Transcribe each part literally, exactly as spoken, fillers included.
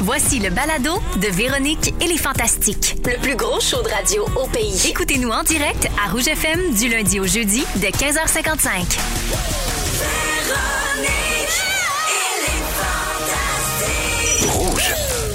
Voici le balado de Véronique et les Fantastiques. Le plus gros show de radio au pays. Écoutez-nous en direct à Rouge F M du lundi au jeudi dès quinze heures cinquante-cinq. Véronique et les Fantastiques. Rouge.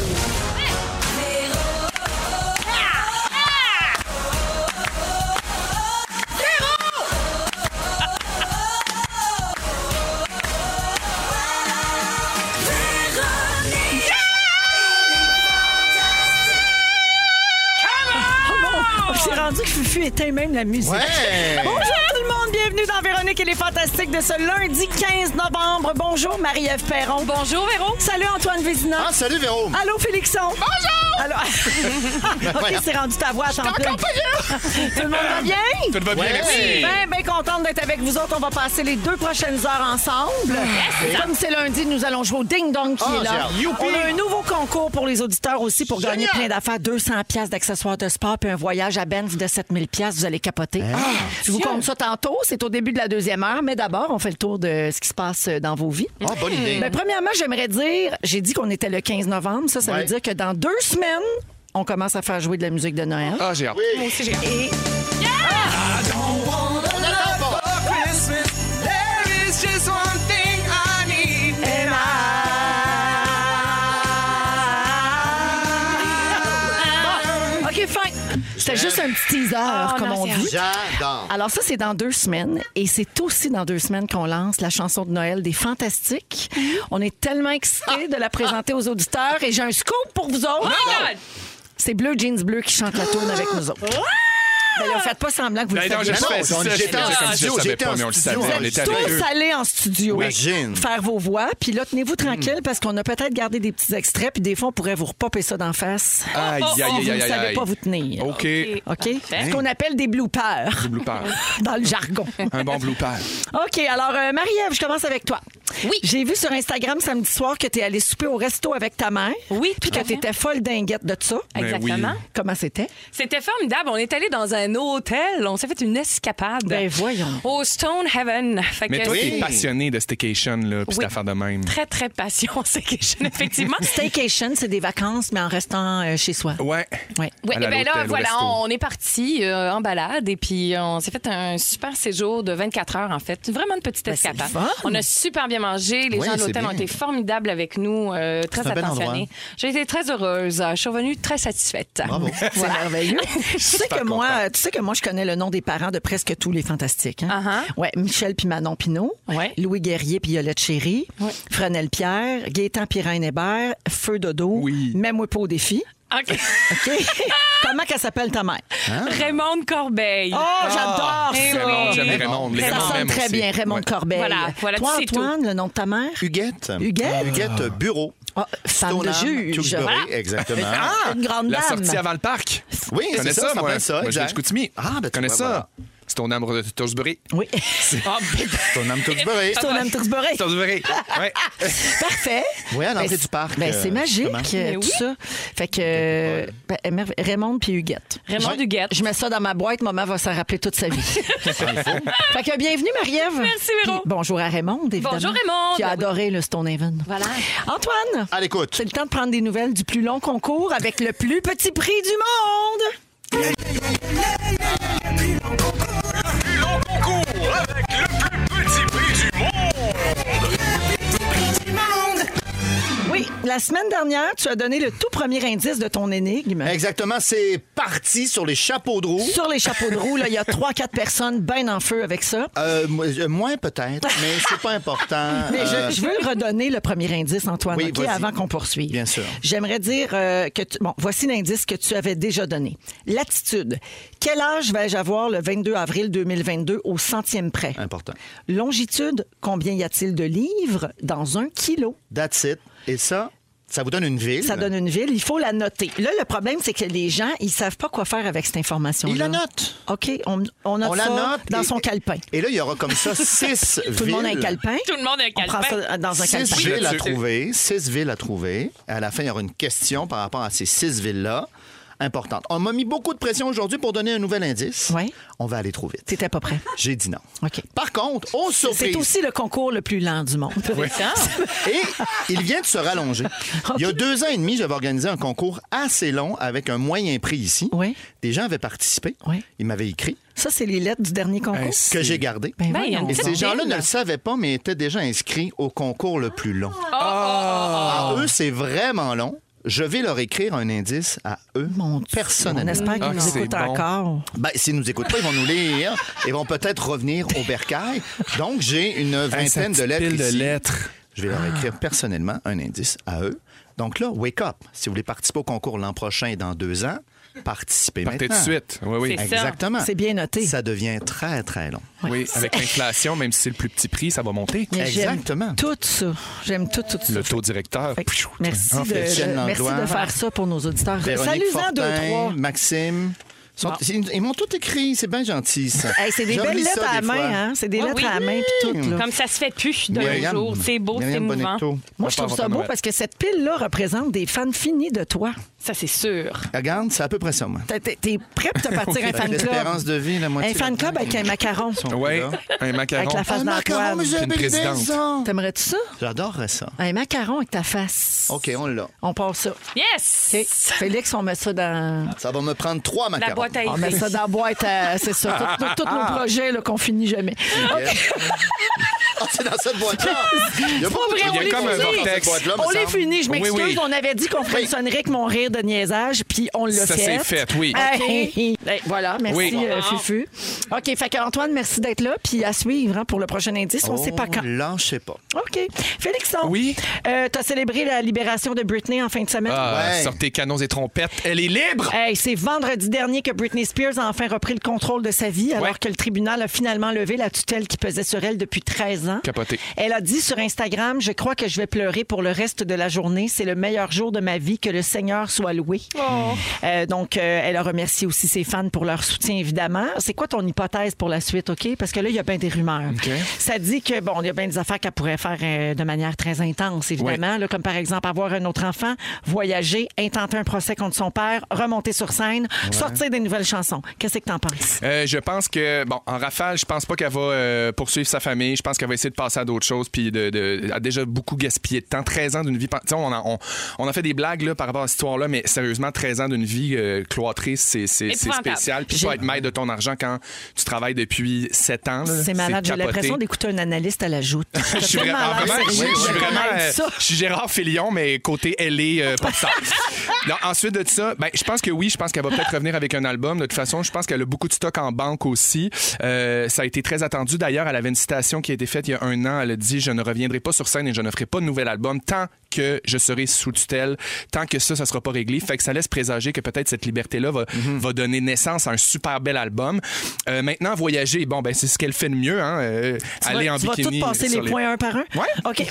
J'ai rendu que Fufu éteint même la musique. Ouais. Bonjour tout le monde, bienvenue dans Véronique et les Fantastiques de ce lundi quinze novembre. Bonjour Marie-Ève Perron. Bonjour Véro. Salut Antoine Vézina. Ah, salut Véro. Allô Félixon. Bonjour. Allô. OK, c'est rendu ta voix à temps plein. Tout le monde va bien? Tout va bien, Ouais. merci. Bien, bien contente d'être avec vous autres. On va passer les deux prochaines heures ensemble. Comme c'est lundi, nous allons jouer au Ding Dong qui Ah, est là. j'ai hâte. On a un nouveau concours pour les auditeurs aussi pour gagner Génial. plein d'affaires. deux cents piastres d'accessoires de sport puis un voyage à Benz de sept mille piastres. Vous allez capoter. Je vous compte ça tantôt. C'est au début de la deuxième heure. Mais d'abord, on fait le tour de ce qui se passe dans vos vies. Ah, bonne idée. Ben, premièrement, j'aimerais dire, j'ai dit qu'on était le quinze novembre. Ça, ça Ouais. veut dire que dans deux semaines, on commence à faire jouer de la musique de Noël. Ah, j'ai hâte. Moi aussi, j'ai Et OK, fin. C'était juste un petit teaser, Oh, comme non, on c'est dit. J'adore. Alors ça, c'est dans deux semaines. Et c'est aussi dans deux semaines qu'on lance la chanson de Noël des Fantastiques. On est tellement excités de la présenter aux auditeurs. Et j'ai un scoop pour vous autres. Oh my God! C'est Bleu Jeans Bleu qui chante la tourne avec nous autres. Ben là, faites pas semblant que vous le Ben non, faites je pas. fais, non, c'est on- ça, je j'étais faisais en comme si je studio, savais j'étais pas, en mais on le studio. savait, Vous on êtes était avec eux. tous allés en studio Imagine. faire vos voix. Puis là, tenez-vous tranquille parce qu'on a peut-être gardé des petits extraits. Puis des fois, on pourrait vous repopper ça d'en face. Aïe, aïe, Si aïe, vous ne aïe, savez aïe. pas vous tenir. OK. OK? Ce qu'on appelle des bloopers Blooper. dans le jargon. Un bon blooper. OK, alors euh, Marie-Ève, je commence avec toi. Oui. J'ai vu sur Instagram samedi soir que tu es allée souper au resto avec ta mère. Oui, Puis tout que à tu fait. étais folle dinguette de ça. Ben Exactement. oui. Comment c'était? C'était formidable. On est allé dans un hôtel. On s'est fait une escapade. Ben voyons. Au Stone Heaven. Fait Mais que toi, c'est t'es passionné de staycation, là, puis Oui. cette affaire de même. très, très passion, staycation, effectivement. Staycation, c'est des vacances, mais en restant euh, chez soi. Ouais. Ouais. Oui, Aller à ben là, l'hôtel, au voilà, resto. on est parti euh, en balade et puis on s'est fait un super séjour de vingt-quatre heures, en fait. Vraiment une petite Ben, c'est escapade. le fun. On a super bien mangé. Les Oui, gens de c'est l'hôtel ont bien. été formidables avec nous, euh, très C'est un bel attentionnés. endroit. J'ai été très heureuse. Je suis revenue très satisfaite. Bravo. C'est merveilleux. tu, sais Super que moi, content. tu sais que moi, je connais le nom des parents de presque tous les Fantastiques. Hein? Uh-huh. Ouais, Michel puis Manon Pinault, Ouais. Louis Guerrier puis Yolette Chéry, Ouais. Frenel Pierre, Gaétan Pirine Hébert, Feu Dodo, Oui. même moi pas au défi. OK. OK? Comment qu'elle s'appelle ta mère? Raymond Corbeil. Oh, j'adore Eh ça! oui. J'aime Raymond. Les Ça Raymond sonne m'aiment très aussi. bien, Raymond Ouais. Corbeil. Voilà, voilà, Toi, tu sais Antoine, le nom de ta mère? Huguette. Huguette? Huguette Bureau. Ah, femme de Stoneham, juge. Tewksbury, Voilà. exactement. Ah, une grande La dame. sortie avant le parc. Oui, Je connais c'est ça, ça, ça moi. s'appelle ça, Moi, je exact. suis Chicoutimi. Ah, ben, tu Je connais vois, ça. voilà. C'est ton arbre de Tewksbury. Oui. Ah, ben, Stoneham, Tewksbury. Stoneham Tewksbury. Tewksbury. Ouais. Parfait. Oui, à l'entrée Ben, du parc. Ben, euh, c'est magique, justement. euh, Mais tout oui. ça. Fait que euh, ben, merve- Raymond puis Huguette. Raymond Duguette. Je mets ça dans ma boîte, maman va s'en rappeler toute sa vie. Fait que bienvenue, Marie-Ève. Merci, Véro. Puis bonjour à Raymond, évidemment. Bonjour, Raymond. Qui a Ben oui. adoré le Stonehaven. Voilà. Antoine, À l'écoute. c'est le temps de prendre des nouvelles du plus long concours avec le plus petit prix du monde. Oui, la semaine dernière, tu as donné le tout premier indice de ton énigme. Exactement, c'est parti sur les chapeaux de roue. Sur les chapeaux de roue, là, il y a trois, quatre personnes bien en feu avec ça. Euh, mo- euh, moins peut-être, mais c'est pas important. Mais Euh, je, je veux le redonner, le premier indice, Antoine, Oui, OK, vas-y. avant qu'on poursuive. Bien sûr. J'aimerais dire euh, que... tu- Bon, voici l'indice que tu avais déjà donné. Latitude. Quel âge vais-je avoir le vingt-deux avril deux mille vingt-deux au centième près? Important. Longitude. Combien y a-t-il de livres dans un kilo? That's it. Et ça, ça vous donne une ville. Ça donne une ville. Il faut la noter. Là, le problème, c'est que les gens, ils savent pas quoi faire avec cette information-là. Ils la notent. OK, on, on note On la ça note dans et- son calepin. Et là, il y aura comme ça six villes. Tout le monde a un calepin. Tout le monde a un On prend calepin. ça dans un Six calepin. villes à Je- trouver. Six villes à trouver. À la fin, il y aura une question par rapport à ces six villes-là. importantes. On m'a mis beaucoup de pression aujourd'hui pour donner un nouvel indice. Oui. On va aller trop vite. T'étais pas prêt. J'ai dit non. OK. Par contre, aux surprises... C'est aussi le concours le plus lent du monde. Et il vient de se rallonger. Il y a deux ans et demi, j'avais organisé un concours assez long avec un moyen prix ici. Oui. Des gens avaient participé. Oui. Ils m'avaient écrit. Ça, c'est les lettres du dernier concours. Hey, Que j'ai gardé. Ben, Ben, il y a une voyons. Et petite ces gens-là Bible. ne le savaient pas, mais étaient déjà inscrits au concours le plus long. Ah, eux, c'est vraiment long. Je vais leur écrire un indice à eux, Mon Dieu. On personnellement. espère qu'ils Ah, nous c'est écoutent bon. encore. Ben, s'ils nous écoutent pas, ils vont nous lire et vont peut-être revenir au bercail. Donc, j'ai une Hey, sa vingtaine de petite lettres pile de ici. lettres. Je vais leur écrire personnellement un indice à eux. Donc là, wake up. Si vous voulez participer au concours l'an prochain et dans deux ans, participez Partez maintenant. tout de suite. Oui, oui. C'est ça. Exactement. C'est bien noté. Ça devient très, très long. Oui, avec l'inflation, même si c'est le plus petit prix, ça va monter. Mais j'aime Exactement. tout ça. J'aime tout, tout ça. Le taux directeur. Fait que merci, Ah, de, Frédéric de- merci Langlois. de faire ça pour nos auditeurs. Véronique Salut-en deux, Fortin, trois. Maxime. Sont- Ils m'ont tout écrit. C'est bien gentil, ça. Hey, c'est des J'oublie belles ça lettres à la des main, fois. hein? C'est des Oui, lettres oui. à la main puis tout. Là. Comme ça se fait plus de nos Myriam- jours. C'est beau, c'est Myriam émouvant. Bonetto. Moi, je Pas trouve avant ça beau Noël. parce que cette pile-là représente des fans finis de toi. Ça, c'est sûr. Regarde, c'est à peu près ça, moi. T'es- T'es t'es prêt pour te partir un fan club? L'espérance de vie, la moitié. Un fan club avec un macaron. Oui, un macaron. Avec la face Un macaron, d'Antoine. mais j'ai Une une présidente. ça. T'aimerais-tu ça? J'adorerais ça. Un macaron avec ta face. OK, on l'a. On part ça. Yes! OK. Félix, on met ça dans... Ça va me prendre trois La macarons. boîte à On met ça dans la boîte, à- c'est ça. Tous tous- tous nos projets là, qu'on finit jamais. Ah, c'est dans cette boîte-là. Il y a pas vrai, Il y a on les comme un finit. vortex. boîte-là, me On les semble. finit, je Oui, m'excuse. oui. On avait dit qu'on ferait Oui. une sonnerie avec mon rire de niaisage, puis on l'a Ça fait. s'est fait, oui. Hey, hey, voilà, merci Oui. euh, Fufu. OK, fait qu'Antoine, merci d'être là, puis à suivre hein, pour le prochain indice. On ne sait pas Oh, quand. lâchez pas. OK. Félixon. Oui. Euh, t'as célébré la libération de Britney en fin de semaine? Ah, Ouais. sortez canons et trompettes. Elle est libre! Hey, c'est vendredi dernier que Britney Spears a enfin repris le contrôle de sa vie, alors Ouais. que le tribunal a finalement levé la tutelle qui pesait sur elle depuis treize ans. Capoté. Elle a dit sur Instagram, « Je crois que je vais pleurer pour le reste de la journée. C'est le meilleur jour de ma vie. Que le Seigneur soit loué. Euh, donc, euh, elle a remercié aussi ses fans pour leur soutien, évidemment. C'est quoi ton hypothèse pour la suite, OK? Parce que là, il y a bien des rumeurs. OK. Ça dit que, bon, il y a bien des affaires qu'elle pourrait faire euh, de manière très intense, évidemment, là, comme par exemple avoir un autre enfant, voyager, intenter un procès contre son père, remonter sur scène, sortir des nouvelles chansons. Qu'est-ce que t'en penses? Euh, je pense que, bon, en rafale, je pense pas qu'elle va euh, poursuivre sa famille. Je pense qu'elle va essayer de passer à d'autres choses. Puis de, de- elle a déjà beaucoup gaspillé de temps. treize ans d'une vie. Tu sais, on a, on, on a fait des blagues là, par rapport à cette histoire-là, mais sérieusement, treize ans d'une vie euh, cloîtrée, c'est, c'est, c'est Épouvantable. spécial. Puis J'ai- pas être maître de ton argent quand tu travailles depuis sept ans. là, C'est malade. J'ai capoté. l'impression d'écouter un analyste à la joute. Je suis vraiment, T'as tellement l'air vraiment- sérieux je suis de vraiment, connaître euh, ça. je suis Gérard Félion, mais côté L A, euh, pas de ça. Non, ensuite de ça, ben, je pense que oui, je pense qu'elle va peut-être revenir avec un album. De toute façon, je pense qu'elle a beaucoup de stock en banque aussi. Euh, ça a été très attendu. D'ailleurs, elle avait une citation qui a été faite il y a un an. Elle a dit « Je ne reviendrai pas sur scène et je ne ferai pas de nouvel album tant que je serai sous tutelle, tant que ça, ça sera pas réglé. » Fait que ça laisse présager que peut-être cette liberté-là va, va donner naissance à un super bel album. Euh, maintenant, voyager, bon, ben c'est ce qu'elle fait de mieux. Hein, euh, Tu aller vas, en tu vas bikini. tout passer sur les points un par un? Ouais. OK.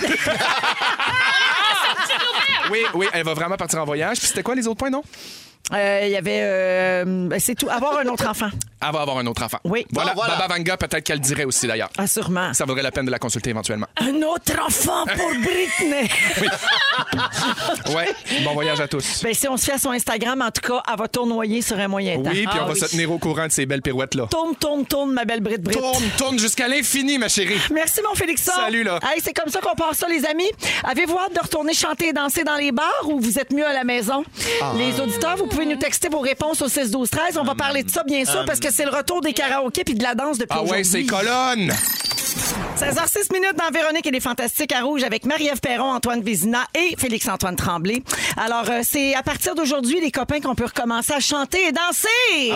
Oui, oui, elle va vraiment partir en voyage. Puis c'était quoi les autres points, non? Euh, Il y avait... euh, ben, c'est tout. Avoir un autre enfant. Elle va avoir un autre enfant. Oui. Voilà, Ah, voilà. Baba Vanga, peut-être qu'elle le dirait aussi, d'ailleurs. Ah, sûrement. Ça vaudrait la peine de la consulter éventuellement. Un autre enfant pour Britney. Ouais, bon voyage à tous. Ben, si on se fait à son Instagram, en tout cas, elle va tournoyer sur un moyen temps. Oui, puis Ah on va se tenir au courant de ces belles pirouettes-là. Tourne, tourne, tourne, ma belle Brit Brit. Tourne, tourne jusqu'à l'infini, ma chérie. Merci, mon Félixon. Salut, là. Hey, c'est comme ça qu'on passe ça, les amis. Avez-vous hâte de retourner chanter et danser dans les bars ou vous êtes mieux à la maison? Les auditeurs, vous pouvez nous texter vos réponses au six douze treize. On va parler de ça, bien sûr, parce que c'est le retour des karaokés puis de la danse depuis Ah ouais, aujourd'hui. c'est colonne. seize heures six minutes dans Véronique et les Fantastiques à Rouge avec Marie-Ève Perron, Antoine Vézina et Félix-Antoine Tremblay. Alors, euh, c'est à partir d'aujourd'hui, les copains, qu'on peut recommencer à chanter et danser.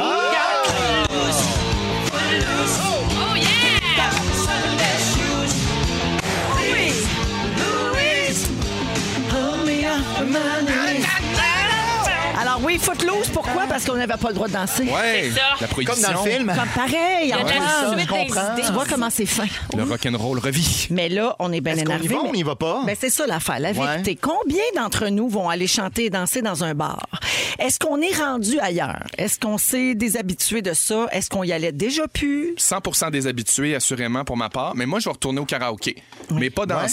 Alors oui, Footloose, pourquoi? Parce qu'on n'avait pas le droit de danser. Ouais, C'est ça. la Comme prohibition. dans le film. Comme pareil, Il y a Antoine. la suite je comprends. des Tu vois comment c'est fin. Le rock'n'roll revit. Mais là, on est bien Est-ce qu'on énervé. y va ou mais- on n'y va pas? Ben, c'est ça l'affaire, la Ouais. vérité. Combien d'entre nous vont aller chanter et danser dans un bar? Est-ce qu'on est rendu ailleurs? Est-ce qu'on s'est déshabitué de ça? Est-ce qu'on y allait déjà plus? cent pour cent des habitués, assurément, pour ma part. Mais moi, je vais retourner au karaoké. Mais pas danser.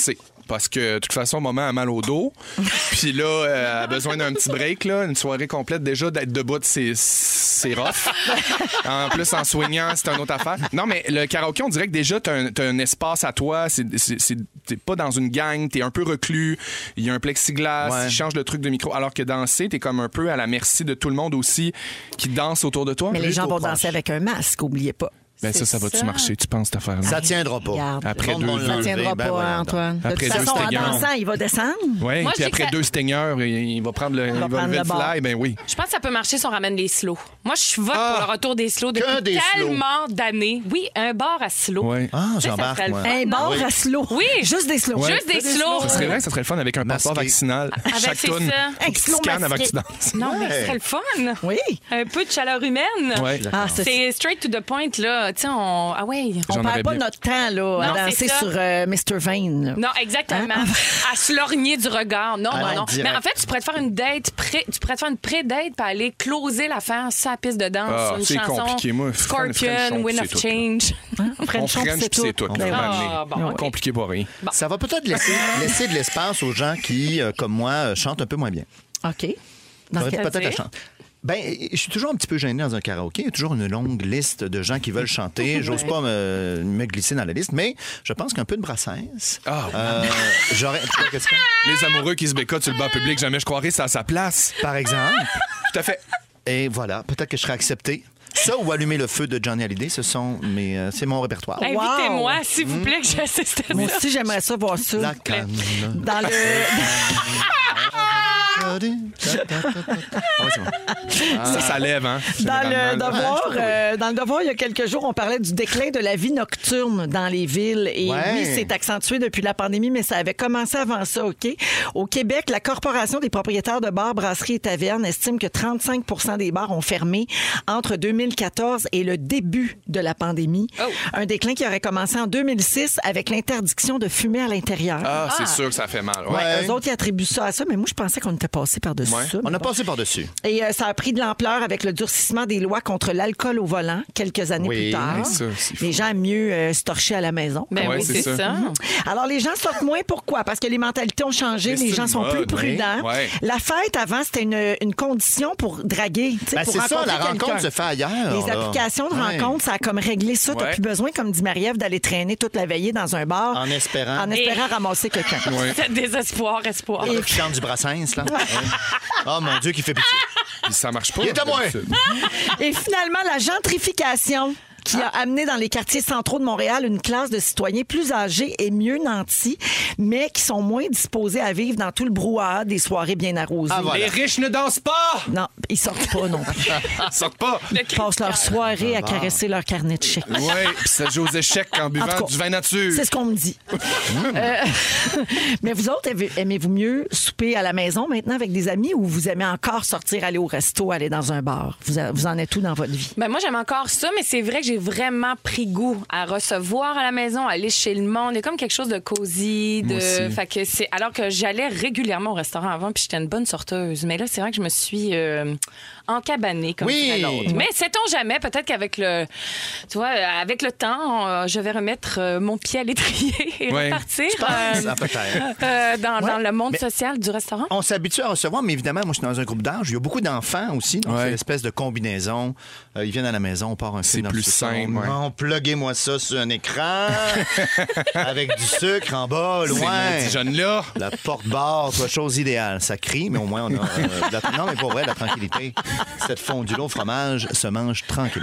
parce que de toute façon, maman a mal au dos. Puis là, euh, elle a besoin d'un petit break, là, une soirée complète. Déjà, d'être debout, c'est, c'est rough. En plus, en soignant, c'est une autre affaire. Non, mais le karaoké, on dirait que déjà, t'as un, t'as un espace à toi. C'est, c'est, c'est, t'es pas dans une gang, t'es un peu reclus. Il y a un plexiglas, Ouais. il change le truc de micro. Alors que danser, t'es comme un peu à la merci de tout le monde aussi qui danse autour de toi. Mais les Plus gens au vont proche. danser avec un masque, oubliez pas. Ben ça, ça va-tu ça. marcher, tu penses, cette affaire-là? Ça tiendra pas. Regarde. Après Le monde deux va heures. Ça tiendra Ben pas, voilà, hein, Antoine. Après de toute deux façon, en stingers. dansant, il va descendre. Oui, Moi, puis je dis après que- deux stingers, il, il va prendre le, il va prendre lever le le bord. fly, ben oui. Je pense que ça peut marcher si on ramène les slows. Moi, je vote Ah! pour le retour des slows Que depuis des tellement d'années. Oui, un bar à slow. Ouais. Ah, Tu sais, ça j'embarque, serait le moi. fun, Un non? bar Oui. à slow. Oui. Juste des slows. Ouais. Juste des slows. Ça serait vrai, ça serait le fun avec un passeport Masqué. vaccinal. Chaque c'est toune, ça. faut Un qu'il slow scanne avant que tu masqué. danses. Non, mais Ouais. ce serait le fun. Oui. Un peu de chaleur humaine. Ouais. Ah, c'est C'est straight to the point, là. Tu sais, on... Ah ouais. On J'en perd aurais pas bien. notre temps là, Non, à c'est danser ça. sur euh, mister Vane. là. Non, exactement. À se lorgner du regard. Non, Ah, non, non. direct. Mais en fait, tu pourrais te faire une date, pré... tu pourrais te faire une pré-date pour aller closer l'affaire sur la piste de danse. Ah, sur une c'est chanson. compliqué, moi. French Scorpion, on, Wind c'est of tout. Change. On French on, French, puis c'est tout. Ben là, oui. amener. Ah, bon, ok. Compliqué pour rien. Ça va peut-être laisser, laisser de l'espace aux gens qui, euh, comme moi, euh, chantent un peu moins bien. OK. Dans Peut-être quel- peut-être à dire? chanter. Ben, je suis toujours un petit peu gêné dans un karaoké. Il y a toujours une longue liste de gens qui veulent chanter. J'ose pas me, me glisser dans la liste, mais je pense qu'un peu de Brassens. Ah, euh, j'aurais. Qu'est-ce que- Les amoureux qui se bécotent sur le banc public, jamais je croirais, c'est à sa place. Par exemple. Tout à fait. Et voilà, peut-être que je serais accepté. Ça ou allumer le feu de Johnny Hallyday, ce sont mes, euh, c'est mon répertoire. Hey, Invitez-moi, s'il vous plaît, que j'assiste à Moi ça. aussi, j'aimerais ça voir ça. La canne. Dans le... Ah ouais, c'est bon. Ça, ça lève, hein? Dans le, généralement. devoir, euh, dans le devoir, il y a quelques jours, on parlait du déclin de la vie nocturne dans les villes. Et Ouais. oui, c'est accentué depuis la pandémie, mais ça avait commencé avant ça, OK? Au Québec, la Corporation des propriétaires de bars, brasseries et tavernes estime que trente-cinq pour cent des bars ont fermé entre deux mille quatorze et le début de la pandémie. Oh. Un déclin qui aurait commencé en deux mille six avec l'interdiction de fumer à l'intérieur. Ah, c'est sûr que ça fait mal. Ouais. Ouais. Eux autres, ils attribuent ça à ça, mais moi, je pensais qu'on était passé par-dessus Ouais. ça. On mais a bon. passé par-dessus. Et euh, ça a pris de l'ampleur avec le durcissement des lois contre l'alcool au volant quelques années Oui, plus tard. mais ça, c'est fou. Les gens aiment mieux euh, se torcher à la maison. Ben Ouais, oui, c'est c'est ça. ça. Alors, les gens sortent moins. Pourquoi? Parce que les mentalités ont changé. Mais Les c'est gens une sont mode, plus oui. prudents. Ouais. La fête, avant, c'était une, une condition pour draguer. tu sais, Ben, pour c'est ça, rencontrer la rencontre quelqu'un. se fait ailleurs. Les là. applications de Ouais. rencontre, ça a comme réglé ça. T'as Ouais. plus besoin, comme dit Marie-Ève, d'aller traîner toute la veillée dans un bar. En espérant. En espérant ramasser quelqu'un. Ouais. C'est désespoir, espoir. Le gars qui chante du Brassens, là. Oh mon Dieu, qui fait pitié. Puis ça marche pas. Il est à moi. d'habitude. Et finalement, la gentrification qui a amené dans les quartiers centraux de Montréal une classe de citoyens plus âgés et mieux nantis, mais qui sont moins disposés à vivre dans tout le brouhaha des soirées bien arrosées. Ah, voilà. Les riches ne dansent pas! Non, ils sortent pas non plus. Ils sortent pas! Ils passent leur soirée à caresser leur carnet de chèques. Oui, puis ça joue aux échecs en En buvant tout cas, du vin nature. C'est ce qu'on me dit. Euh, mais vous autres, aimez- aimez-vous mieux souper à la maison maintenant avec des amis ou vous aimez encore sortir, aller au resto, aller dans un bar? Vous, a- vous en êtes où dans votre vie? Ben moi, j'aime encore ça, mais c'est vrai que j'ai vraiment pris goût à recevoir à la maison, à aller chez le monde. Il y a comme quelque chose de cosy. Moi De... aussi. Fait que c'est... Alors que j'allais régulièrement au restaurant avant, puis j'étais une bonne sorteuse. Mais là, c'est vrai que je me suis euh, encabanée comme Oui. dirait l'autre. Mais sait-on jamais, peut-être qu'avec le, tu vois, avec le temps, euh, je vais remettre euh, mon pied à l'étrier et Ouais. repartir Ah, euh, peut-être. euh, dans, Ouais. dans le monde Mais- social du restaurant. On s'habitue à recevoir, mais évidemment, moi, je suis dans un groupe d'âge. Il y a beaucoup d'enfants aussi. Donc, Ouais. c'est l'espèce de combinaison. Euh, ils viennent à la maison, on part un C'est film dans le plus sous-sol. simple, ouais. Non, pluguez-moi ça sur un écran avec du sucre en bas, Ces loin. petits jeunes-là. La porte-barre, toi, chose idéale. Ça crie, mais au moins, on a. euh, de la... Non, mais pour vrai, de la tranquillité. Cette fondue-là au fromage se mange tranquillement.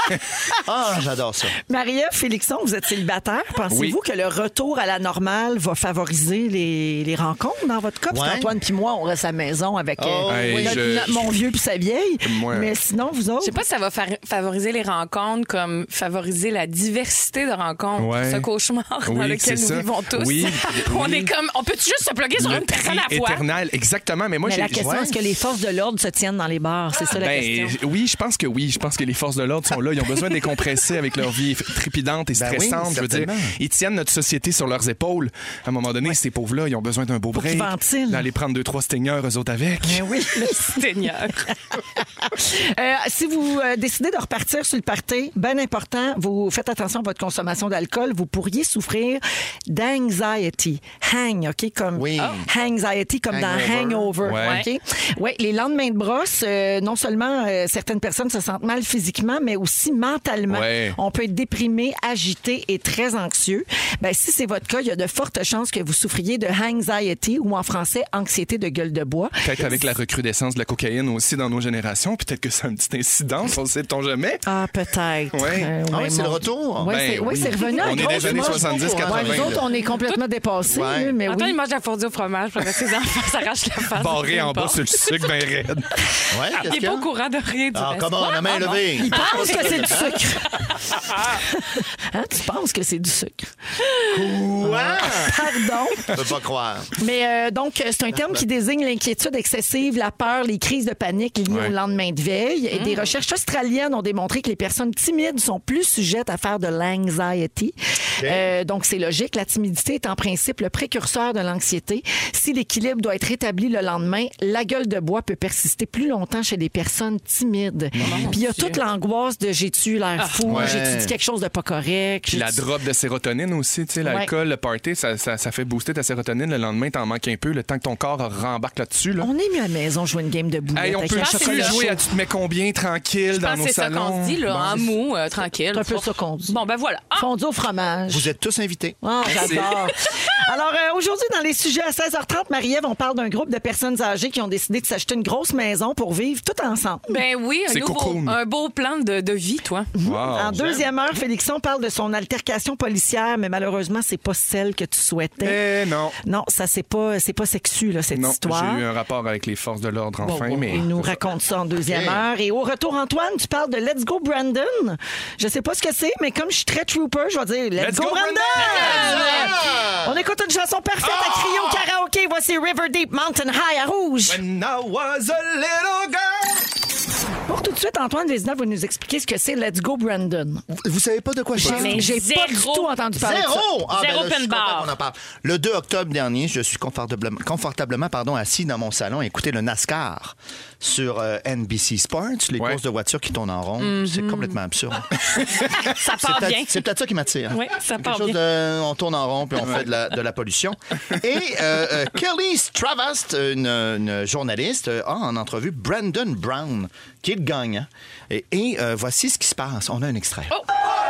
Ah, j'adore ça. Marie-Ève Félixon, vous êtes célibataire. Pensez-vous Oui. que le retour à la normale va favoriser les, les rencontres dans votre cas? Parce Ouais. qu'Antoine puis moi, on reste à la maison avec euh, Oh, Hey, notre- je- notre- mon vieux puis sa vieille. Moi- Mais sinon, vous autres? Je sais pas si ça va fa- favoriser les rencontres comme favoriser la diversité de rencontres. Ouais. Ce cauchemar dans Oui, lequel c'est nous ça. vivons tous. Oui, on oui. est comme, on peut juste se plugger sur Le une personne tri à la fois. éternel, exactement. Mais moi, Mais j'ai... la question, ouais. est-ce que les forces de l'ordre se tiennent dans les bars? C'est ça la Ben, question. oui, je pense que oui. Je pense que les forces de l'ordre sont là. Ils ont besoin de décompresser avec leur vie trépidante et Ben oui, stressante. je veux dire, certainement. ils tiennent notre société sur leurs épaules. À un moment donné, ces pauvres-là, ils ont besoin d'un beau Faut break. qu'ils ventilent. D'aller aller prendre deux, trois stingers, eux autres avec. Ben oui. Le Seigneur. Euh, si vous euh, décidez de repartir sur le party, bien important, vous faites attention à votre consommation d'alcool. Vous pourriez souffrir d'anxiety. Hang, OK? Comme Oui. anxiety, comme Hangover. dans Hangover. Ouais. OK? Ouais, les lendemains de brosse, euh, non seulement euh, certaines personnes se sentent mal physiquement, mais aussi mentalement. Ouais. On peut être déprimé, agité et très anxieux. Ben, si c'est votre cas, il y a de fortes chances que vous souffriez de anxiety ou en français, anxiété de gueule de bois. Peut-être avec la recrudescence de la cocaïne aussi dans nos générations. Peut-être que ça a une petite incidence, on ne sait-on jamais. Ah, peut-être. Ouais. Euh, Ah oui, c'est mon- le retour. Ouais, Ben c'est, oui, oui. c'est revenu. On à est grosse dans les années moche. soixante-dix quatre-vingts, Ouais, nous autres, là. on est complètement dépassés. Ouais. là, mais Antoine, oui. il mange de la fondue au fromage, puis après, ses enfants s'arrachent la face. Barré en Peu bas importe. sur le sucre, ben raide. Ouais, Il qu'est-ce n'est qu'il y pas a? au courant de rien du Ah, reste. comment, la main Ah, bon. levée. Il pense que c'est du sucre. Hein, tu penses que c'est du sucre. Quoi? Pardon. Je peux pas croire. Mais euh, donc, euh, c'est un terme qui désigne l'inquiétude excessive, la peur, les crises de panique liées Ouais. au lendemain de veille. Et des recherches australiennes ont démontré que les personnes timides sont plus sujettes à faire de l'anxiety. Euh, donc, c'est logique. La timidité est en principe le précurseur de l'anxiété. Si l'équilibre doit être rétabli le lendemain, la gueule de bois peut persister plus longtemps chez les personnes timides. Puis il y a toute l'angoisse de j'ai-tu l'air fou, Ouais. j'ai-tu dit quelque chose de pas correct. Puis la J'ai-tu- drop de sérotonine aussi, tu sais, l'alcool, le party, ça, ça, ça fait booster ta sérotonine. Le lendemain, t'en manques un peu, le temps que ton corps rembarque là-dessus. Là. On est mieux à la maison jouer une game de boulettes Hey, on avec peut un pense que chocolat c'est jouer chaud. à tu te mets combien tranquille Je dans pense nos que c'est ça salons. qu'on se dit, là, Bon, en mou, euh, tranquille. C'est un peu ça qu'on dit. Bon, ben voilà. Ah, Fondue au fromage. Vous êtes tous invités. Ah, j'adore. Alors, euh, aujourd'hui, dans les sujets à seize heures trente, Marie-Ève, on parle d'un groupe de personnes âgées qui ont décidé de s'acheter une grosse maison pour vivre tout ensemble. ben oui, un, C'est nouveau, cocoon. un beau plan de, de vie, toi. wow. En deuxième heure, Félixon parle de son altercation policière, mais malheureusement, c'est pas celle que tu souhaitais. Eh non. Non, ça c'est pas c'est pas sexu là, cette Non, histoire. j'ai eu un rapport avec les forces de l'ordre enfin, Bon, mais... il nous raconte ça en deuxième Ok. heure. Et au retour, Antoine, tu parles de Let's Go Brandon. Je sais pas ce que c'est, mais comme je suis très trooper, je vais dire Let's, Let's go, go, Brandon! Brandon! On écoute une chanson parfaite à crier au karaoké. Voici River Deep Mountain High à Rouge. When I was a little girl. Pour tout de suite, Antoine Vézina va nous expliquer ce que c'est Let's Go Brandon. Vous savez pas de quoi je parle? Mais J'ai pas du zéro. tout entendu parler de ça. Zéro! Ah, Zéro ben là, je suis open bar. content qu'on en parle. Le deux octobre dernier, je suis confortablement, confortablement pardon, assis dans mon salon à écouter le NASCAR sur euh, N B C Sports, les Ouais. courses de voitures qui tournent en rond. C'est complètement absurde. Ça C'est part peut-être- bien. c'est peut-être ça qui m'attire. Oui, ça Quelque part chose bien. de- on tourne en rond puis on fait de la, de la pollution. Et euh, euh, Kelly Stravast, une, une journaliste, euh, a en entrevue Brandon Brown, qui est le gagnant. Et, et, euh, voici ce qui se passe. On a un extrait. Oh.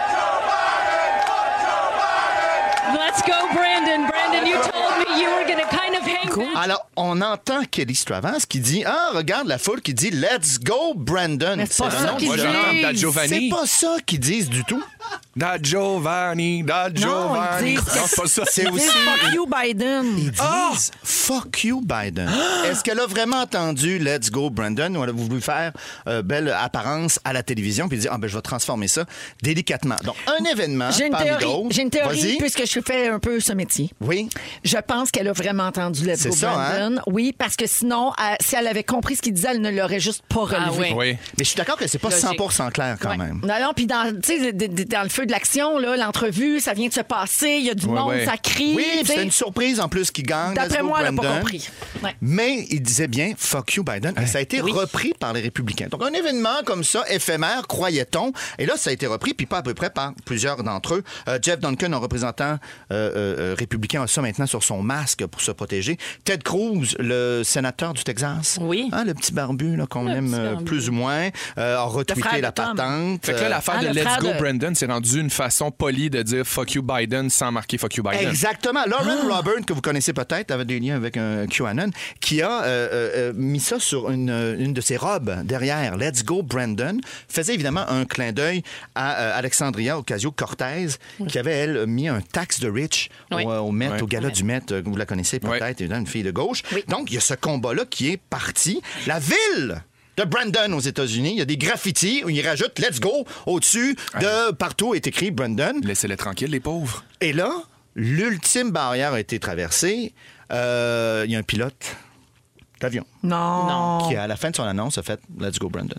Let's go, Brandon. Brandon, you told me you were going to kind of hang back. Alors, on entend Kelly Stravast qui dit, ah, regarde la foule qui dit Let's go, Brandon. Mais c'est pas le ça nom qu'ils du Moi, disent. j'entends Da C'est Giovanni. pas ça qu'ils disent du tout. Da Giovanni, Da Giovanni. ils Non, disent- c'est pas ça. C'est Ils aussi. disent Fuck you, Biden. Ils disent Fuck you, Biden. Est-ce qu'elle a vraiment entendu Let's go, Brandon, ou elle a voulu faire euh, belle apparence à la télévision puis dire, ah, ben, je vais transformer ça délicatement. Donc, un événement. J'ai une parmi théorie, d'autres. j'ai une théorie Vas-y. puisque je fais un peu ce métier. Oui. Je pense qu'elle a vraiment entendu Let's C'est Go ça, Brandon. Oui, parce que sinon, elle- si elle avait compris ce qu'il disait, elle ne l'aurait juste pas relevé. Ah oui. Oui. Mais je suis d'accord que c'est pas Logique. cent pour cent clair quand même. Non, non, puis dans, tu sais, d- d- dans le feu de l'action, là, l'entrevue, ça vient de se passer, il y a du Ouais, monde, ouais. ça crie. Oui, tu puis sais. c'est une surprise en plus qui gagne. D'après Let's go, moi, elle n'a pas Brandon. compris. Ouais. Mais il disait bien Fuck you, Biden. Et ça a été repris par les républicains. Donc, un événement comme ça, éphémère, croyait-on. Et là, ça a été repris, puis pas à peu près par plusieurs d'entre eux. Euh, Jeff Duncan, un représentant euh, euh, républicain, a ça maintenant sur son masque pour se protéger. Ted Cruz, le sénateur du Texas. Oui. Hein, le petit barbu là, qu'on Le aime petit euh, barbu. plus ou moins, euh, a frère retweeté de la Tom. patente. Fait que là, l'affaire Ah, de le Let's frère Go de- Brandon, c'est rendu une façon polie de dire fuck you Biden sans marquer fuck you Biden. Exactement. Lauren Ah. Robert, que vous connaissez peut-être, avait des liens avec un QAnon, qui a euh, euh, euh, mis ça sur une, une de ses robes derrière. Let's Go Brandon faisait évidemment un clin d'œil à euh, Alexandria Ocasio-Cortez, qui avait, elle, mis un tax de rich Oui. au, au Met, Oui. au gala du Met. euh, Vous la connaissez peut-être, Oui. évidemment, une fille de gauche. Oui. Donc, il y a ce combat-là qui est parti. La ville de Brandon aux États-Unis, il y a des graffitis où ils rajoutent Let's Go au-dessus de partout est écrit Brandon. Laissez-les tranquilles, les pauvres. Et là, l'ultime barrière a été traversée. Euh, Il y a un pilote d'avion Non. qui, à la fin de son annonce, a fait Let's go, Brandon.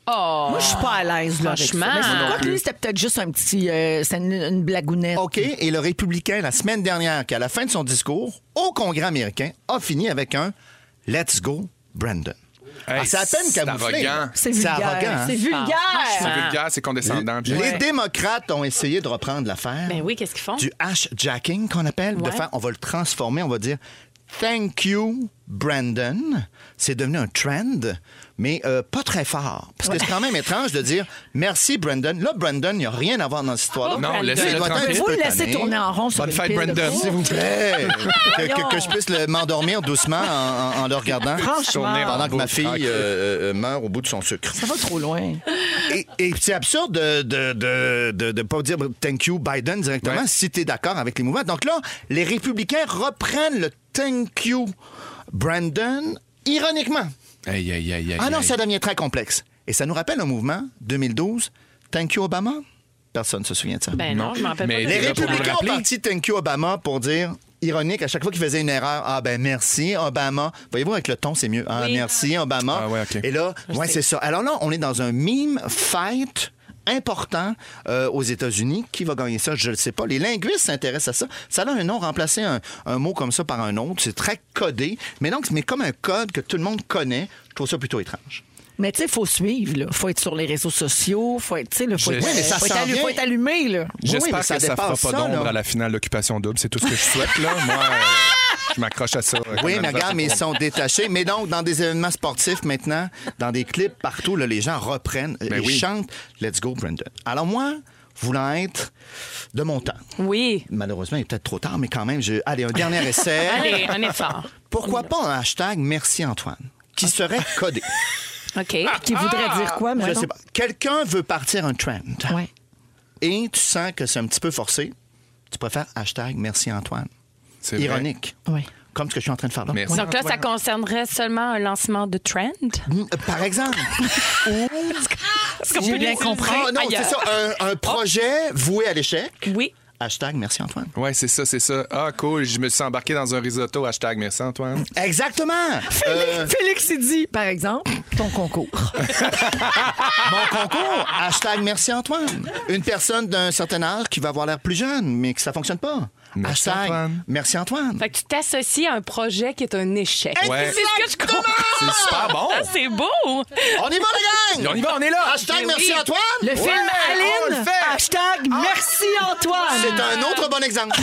Oh. Moi, je suis pas à l'aise là, avec ça. Franchement. Mais c'est Moi non quoi que lui, c'était peut-être juste un petit... euh, c'est une, une blagounette. OK. Et le républicain, la semaine dernière, qu'à la fin de son discours au Congrès américain, a fini avec un « Let's go, Brandon ». Hey, Ah, c'est à peine c'est camouflé. arrogant. C'est C'est vulgaire. arrogant, hein? C'est vulgaire. C'est vulgaire, c'est condescendant. puis- Les démocrates ont essayé de reprendre l'affaire. Ben oui, qu'est-ce qu'ils font? Du hashjacking qu'on appelle, de Ouais. faire, on va le transformer, on va dire thank you, Brandon. C'est devenu un trend, mais euh, pas très fort. Parce que c'est quand même étrange de dire merci, Brandon. Là, Brandon, il n'y a rien à voir dans cette histoire-là. Oh, Non, Brandon. laissez-le Il doit être un tranquille. petit Vous peu le laissez tanné. tourner en rond sur Bonne une fête, pile de Brandon. fous. S'il vous plaît. que, que- que je puisse le- m'endormir doucement en, en- en le regardant. Franchement. Pendant que ma fille Tranquille. euh, euh, meurt au bout de son sucre. Ça va trop loin. Et, et c'est absurde de de, de, de, de pas dire thank you Biden directement Ouais. si tu es d'accord avec les mouvements. Donc là, les républicains reprennent le thank you Brandon ironiquement. Aïe, aïe, aïe, aïe. Ah non, aïe. ça devient très complexe. Et ça nous rappelle un mouvement, deux mille douze, thank you Obama. Personne ne se souvient de ça. Ben non, Non. je m'en rappelle Mais pas. Les là pour nous républicains ont rappeler. parti thank you Obama pour dire ironique à chaque fois qu'il faisait une erreur. Ah ben merci Obama. Voyez-vous avec le ton c'est mieux. Ah Oui. merci Obama. Ah ouais, OK. Et là, ouais sais. c'est ça. Alors là, on est dans un meme fight important euh, aux États-Unis. Qui va gagner ça? Je ne le sais pas. Les linguistes s'intéressent à ça. Ça a un nom, remplacer un, un mot comme ça par un autre. C'est très codé. Mais donc, mais comme un code que tout le monde connaît, je trouve ça plutôt étrange. Mais tu sais, il faut suivre. Il faut être sur les réseaux sociaux. Faut être, tu sais, là, faut Je- être, Oui, mais ça faut être s'en allu- vient. faut être allumé. Là. Oui, mais J'espère ça que ça fera dépasse pas ça, d'ombre là. à la finale d'Occupation Double. C'est tout ce que je souhaite, là. Moi, euh, je m'accroche à ça. Oui, mais regarde, mais ils sont détachés. Mais donc, dans des événements sportifs maintenant, dans des clips partout, là, les gens reprennent, Ben ils oui. chantent Let's go, Brandon. Alors moi, voulant être de mon temps, Oui. malheureusement, il est peut-être trop tard, mais quand même, je... allez, un dernier essai. Allez, un effort. Pourquoi pas un hashtag Merci Antoine, qui serait codé? OK. Qui voudrait dire quoi, Je maintenant? sais pas. Quelqu'un veut partir un trend Ouais. et tu sens que c'est un petit peu forcé, tu préfères hashtag Merci Antoine. C'est vrai. Ironique. Ouais. Comme ce que je suis en train de faire là. Merci. Donc là, ça concernerait seulement un lancement de trend. Mm, euh, Par exemple. J'ai bien compris. Ah non, c'est Ailleurs. ça, un, un projet voué à l'échec. Oui. Hashtag Merci Antoine. Ouais, c'est ça, c'est ça. Ah, cool. Je me suis embarqué dans un risotto. Hashtag merci, Antoine. Exactement. Euh, Félix il dit, par exemple, ton concours. mon concours, hashtag Merci Antoine. Une personne d'un certain âge qui va avoir l'air plus jeune, mais que ça fonctionne pas. Merci, hashtag Antoine. Merci Antoine. Fait que tu t'associes à un projet qui est un échec. Ouais. C'est ce que je comprends. C'est super bon. Ah, c'est beau. On y va, la gang! On y va, on est là. Hashtag Mais Merci oui. Antoine. Le film on le Aline, fait. Ah. hashtag Merci Antoine. C'est un autre bon exemple.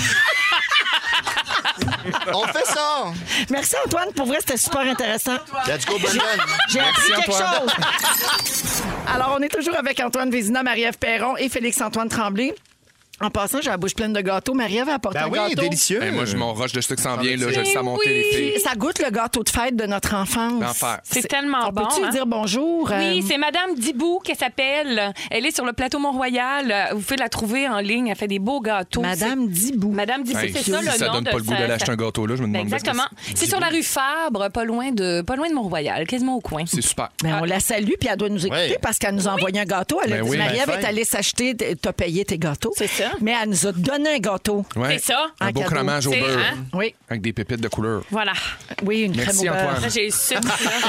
On fait ça. Merci Antoine, pour vrai, c'était super intéressant. Let's go, Brandon. J'ai appris Merci, quelque Antoine. chose. Alors, on est toujours avec Antoine Vézina, Marie-Ève Perron et Félix-Antoine Tremblay. En passant, j'ai la bouche pleine de gâteaux. Marie-Ève a apporté Ben un oui, gâteau. délicieux. Hey, moi, je m'en roche de ce qui s'en vient. Là, je le Mais sais à monter, oui. les filles. Puis ça goûte le gâteau de fête de notre enfance. L'enfer. C'est tellement On bon. peut-tu lui hein? dire bonjour? Oui, Euh, c'est Madame Dibou qu'elle s'appelle. Elle est sur le plateau Mont-Royal. Vous pouvez la trouver en ligne. Elle fait des beaux gâteaux. Madame Dibou. C'est- Madame Dibou, Hey, c'est ça le ça nom donne de pas le goût sa- d'aller acheter un gâteau, là. Je me Ben, demande exactement. C'est sur la rue Fabre, pas loin de, pas loin de Mont-Royal, quasiment au coin. C'est super. Ben, on la salue, puis elle doit nous écouter Oui. parce qu'elle nous a envoyé un gâteau. Elle a Ben dit, oui, Marie-Ève ben est fin. allée s'acheter, t'as payé tes gâteaux. C'est ça. Mais elle nous a donné un gâteau. Ouais. C'est ça. Un En beau cadeau. fromage au C'est, beurre. hein? Oui, Avec des pépites de couleur. Voilà. oui, une Merci, crème au beurre. Antoine. Là, j'ai le sucre.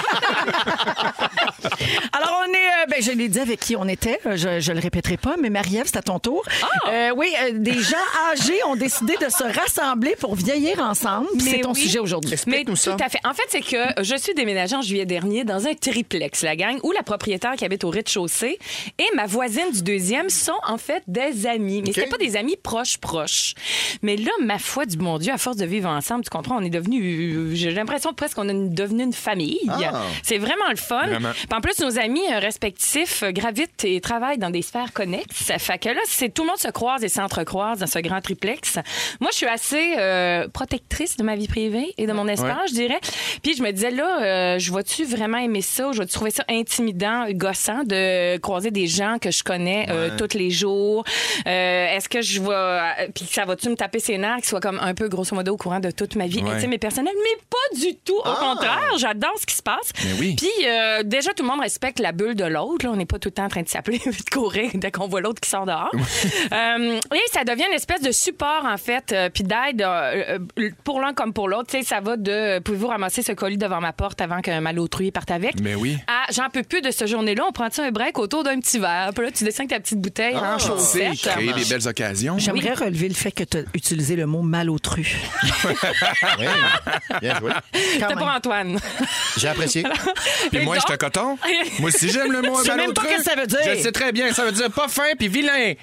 Alors, on est, euh, ben, je l'ai dit avec qui on était, euh, je, je le répéterai pas, mais Marie-Ève, c'est à ton tour. Ah! Euh, oui, euh, des gens âgés ont décidé de se rassembler pour vieillir ensemble. Puis Mais c'est ton oui. sujet aujourd'hui. Mais Explique-nous ça. tout à fait. En fait, c'est que je suis déménagée en juillet dernier dans un triplex, la gang, où la propriétaire qui habite au rez-de-chaussée et ma voisine du deuxième sont en fait des amis. Mais OK. c'était pas des amis proches proches. Mais là, ma foi du bon Dieu, à force de vivre ensemble, tu comprends, on est devenu, j'ai l'impression presque qu'on est devenu une famille. Ah. C'est vraiment le fun. Vraiment. Puis en plus, nos amis euh, respectifs euh, gravitent et travaillent dans des sphères connexes. Fait que là, c'est tout le monde se croise et s'entrecroise dans ce grand triplex. Moi, je suis assez euh, protectrice de ma vie privée et de mon espace, Ouais. je dirais. Puis je me disais, là, euh, je vais-tu vraiment aimer ça ou je vais trouver ça intimidant, gossant de croiser des gens que je connais euh, tous les jours? Euh, est-ce que je vais. Puis ça va-tu me taper ses nerfs, qu'il soit comme un peu, grosso modo, au courant de toute ma vie Ouais. intime et personnelle? Mais pas du tout. Au Ah. contraire, j'adore ce qui se passe. Mais oui. Puis euh, déjà, tout le monde respecte la bulle de l'autre. Là. On n'est pas tout le temps en train de s'appeler et de courir dès qu'on voit l'autre qui sort dehors. euh, et ça devient une espèce de support, en fait, euh, puis d'aide euh, euh, pour l'un comme pour l'autre. Tu sais, ça va de pouvez-vous ramasser ce colis devant ma porte avant qu'un malautrui parte avec? Mais oui. À j'en peux plus de ce journée-là, on prend-tu un break autour d'un petit verre? Puis là, tu descends avec ta petite bouteille en C'est chaussette. créer des belles occasions. J'aimerais relever le fait que tu as utilisé le mot malotru. Oui. Bien joué. Quand C'était même. pour Antoine. J'ai apprécié. Puis Et moi, donc- je te coton. Moi aussi, j'aime le mot Je sais même pas malotru. ce que ça veut dire. Je sais très bien. Ça veut dire pas fin puis vilain. Et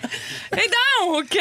donc,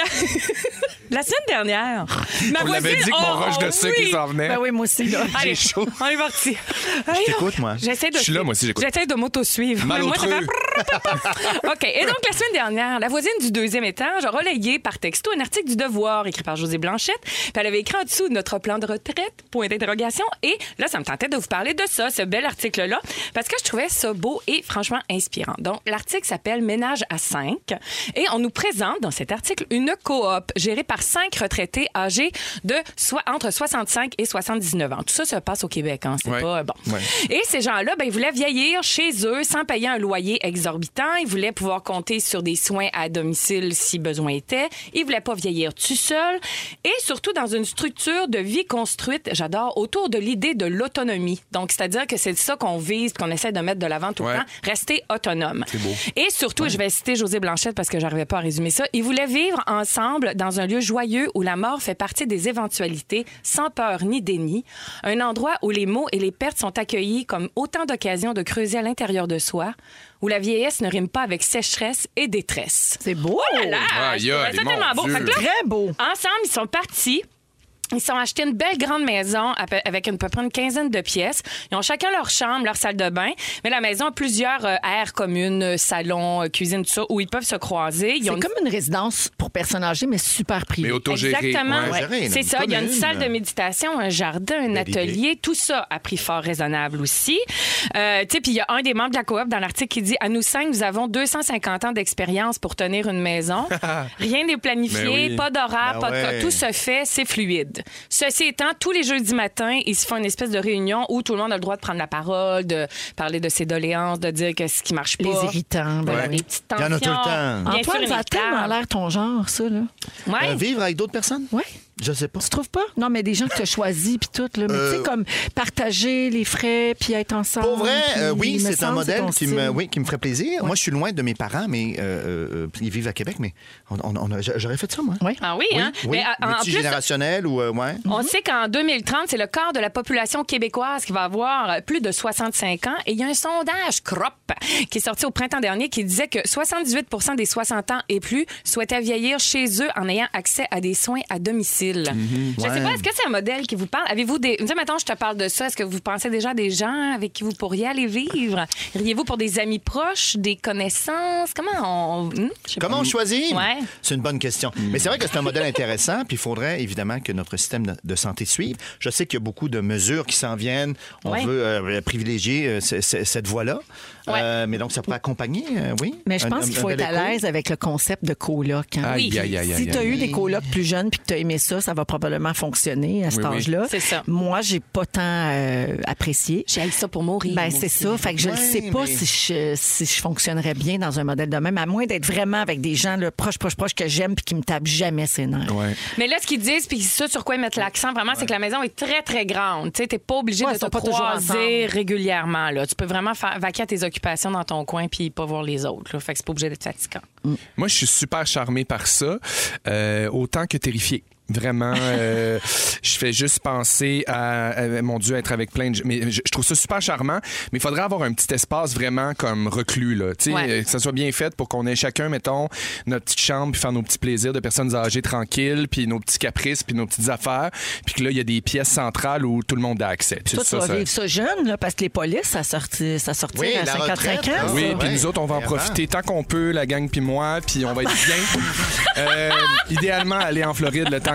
la semaine dernière, ma On l'avait voisine- dit que mon Oh, rush de oh, sucre, oui. il s'en venait. Ben oui, moi aussi. Là. Allez, J'ai chaud. on est parti. Je t'écoute, moi. J'essaie de Je suis là, moi aussi, j'écoute. J'essaie de m'auto-suivre. Moi, ça Malotru. fait... OK. Et donc, la semaine dernière, la voisine du deuxième étage a relayé par texto un article du Devoir écrit par Josée Blanchette. Puis elle avait écrit en dessous notre plan de retraite, point d'interrogation. Et là, ça me tentait de vous parler de ça, ce bel article-là, parce que je trouvais ça beau et franchement inspirant. Donc, l'article s'appelle Ménage à cinq. Et on nous présente dans cet article une coop gérée par cinq retraités âgés de soit entre soixante-cinq et soixante-dix-neuf ans. Tout ça se passe au Québec, hein. C'est Ouais. pas bon. Ouais. Et ces gens-là, ben, ils voulaient vieillir chez eux sans payer un loyer exorbitant. Ils voulaient pouvoir compter sur des soins à domicile si besoin était. Ils voulaient pas vieillir tout seul. Et surtout dans une structure de vie construite, j'adore, autour de l'idée de l'autonomie. Donc, c'est-à-dire que c'est ça qu'on vise, qu'on essaie de mettre de l'avant tout Ouais. le temps. Rester autonome. C'est beau. Et surtout, je vais citer Josée Blanchette parce que j'arrivais pas à résumer ça. Ils voulaient vivre ensemble dans un lieu joyeux où la mort fait partie des éventualités, sans peur ni déni. Un endroit où les maux et les pertes sont accueillis comme autant d'occasions de creuser à l'intérieur de soi, où la vieillesse ne rime pas avec sécheresse et détresse. C'est beau. Oh là là! Aïe, Je trouvais aïe, ça mon tellement beau. Dieu. Fait que là, Très beau. ensemble, ils sont partis. Ils se sont achetés une belle grande maison à peu- avec une, à peu près une quinzaine de pièces. Ils ont chacun leur chambre, leur salle de bain. Mais la maison a plusieurs euh, aires communes, euh, salon, euh, cuisine, tout ça, où ils peuvent se croiser. Ils C'est ont une- comme une résidence pour personnes âgées, mais super privée. Mais autogéré. Exactement. Ouais. Géré, C'est une ça. Il y a une commune. salle de méditation, un jardin, un Belle atelier, tout ça à prix fort raisonnable aussi. Euh, tu sais, puis il y a un des membres de la coop dans l'article qui dit: à nous cinq, nous avons deux cent cinquante ans d'expérience pour tenir une maison. Rien n'est planifié, Ben oui. pas d'horaire, Ben pas de ouais. tout se fait, c'est fluide. Ceci étant, tous les jeudis matins, ils se font une espèce de réunion où tout le monde a le droit de prendre la parole, de parler de ses doléances, de dire que ce qui marche pas. Les irritants. ben Voilà, oui. des petites Il y en tensions. a tout le temps. Bien sûr, Antoine, ça a tellement inévitable. l'air ton genre, ça, là. Ouais. Euh, vivre avec d'autres personnes? Ouais. Je sais pas. Tu trouves pas? Non, mais des gens que tu as choisis, puis tout, là. Mais tu sais, Euh, comme partager les frais, puis être ensemble. Pour vrai, puis euh, oui, il me c'est un semble, modèle ton qui me, style. oui, qui me ferait plaisir. Moi, je suis loin de mes parents, mais euh, euh, ils vivent à Québec, mais on, on- on a- j'aurais fait ça, moi. Oui. Ah oui, hein? Oui, Mais en- en plus, multigénérationnel ou euh, ouais. on sait qu'en deux mille trente, c'est le quart de la population québécoise qui va avoir plus de soixante-cinq ans. Et il y a un sondage C R O P qui est sorti au printemps dernier qui disait que soixante-dix-huit pour cent des soixante ans et plus souhaitaient vieillir chez eux en ayant accès à des soins à domicile. Je sais Ouais. pas, est-ce que c'est un modèle qui vous parle? Avez-vous des... Tu sais, mettons, je te parle de ça. Est-ce que vous pensez déjà à des gens avec qui vous pourriez aller vivre? Iriez-vous pour des amis proches, des connaissances? Comment on... Hmm? Je sais Comment pas. on choisit? Ouais. C'est une bonne question. Mais c'est vrai que c'est un modèle intéressant, puis il faudrait évidemment que notre système de- de santé suive. Je sais qu'il y a beaucoup de mesures qui s'en viennent. On Ouais. veut euh, privilégier euh, c- c- cette voie-là. Ouais. Euh, mais donc, ça pourrait accompagner, euh, oui. Mais je Un- pense un- qu'il un faut bel être à écho. l'aise avec le concept de coloc. hein. Aïe, Oui. aïe, aïe, Si aïe, tu as aïe. eu des colocs plus jeunes puis que tu as aimé ça, ça va probablement fonctionner à cet Oui, oui. âge-là. C'est ça. Moi, j'ai pas tant euh, apprécié. J'ai haï ça pour mourir. Ben, moi c'est aussi. ça. Fait que je ne Ouais, sais pas mais- si, je, si je fonctionnerais bien dans un modèle de même, à moins d'être vraiment avec des gens là, proches, proches, proches que j'aime puis qui me tapent jamais ses nerfs. Ouais. Mais là, ce qu'ils disent, puis ça sur quoi ils mettent l'accent vraiment, c'est que la maison est très, très grande. Tu sais, t'es pas obligé Ouais, de ils te sont pas toujours croiser ensemble. régulièrement. Là. Tu peux vraiment faire vaquer à tes occupations dans ton coin puis pas voir les autres. Là. Fait que c'est pas obligé d'être fatigant. Moi, je suis super charmé par ça, euh, autant que terrifié. Vraiment, euh, je fais juste penser à, à, mon Dieu, être avec plein de... Mais je, je trouve ça super charmant, mais il faudrait avoir un petit espace vraiment comme reclus, là. Tu sais, Ouais. euh, que ça soit bien fait pour qu'on ait chacun, mettons, notre petite chambre, puis faire nos petits plaisirs de personnes âgées tranquilles, puis nos petits caprices, puis nos petites affaires, puis que là, il y a des pièces centrales où tout le monde a accès. Tu sais, Toi, tu ça, vas ça- vivre ça jeune, là, parce que les polices, ça sortit, ça sortit Oui, à la cinquante-cinq retraite, ans. hein. Oui, ça. puis Ouais. nous autres, on va en Vraiment. profiter tant qu'on peut, la gang puis moi, puis on va être bien. Euh, idéalement, aller en Floride le temps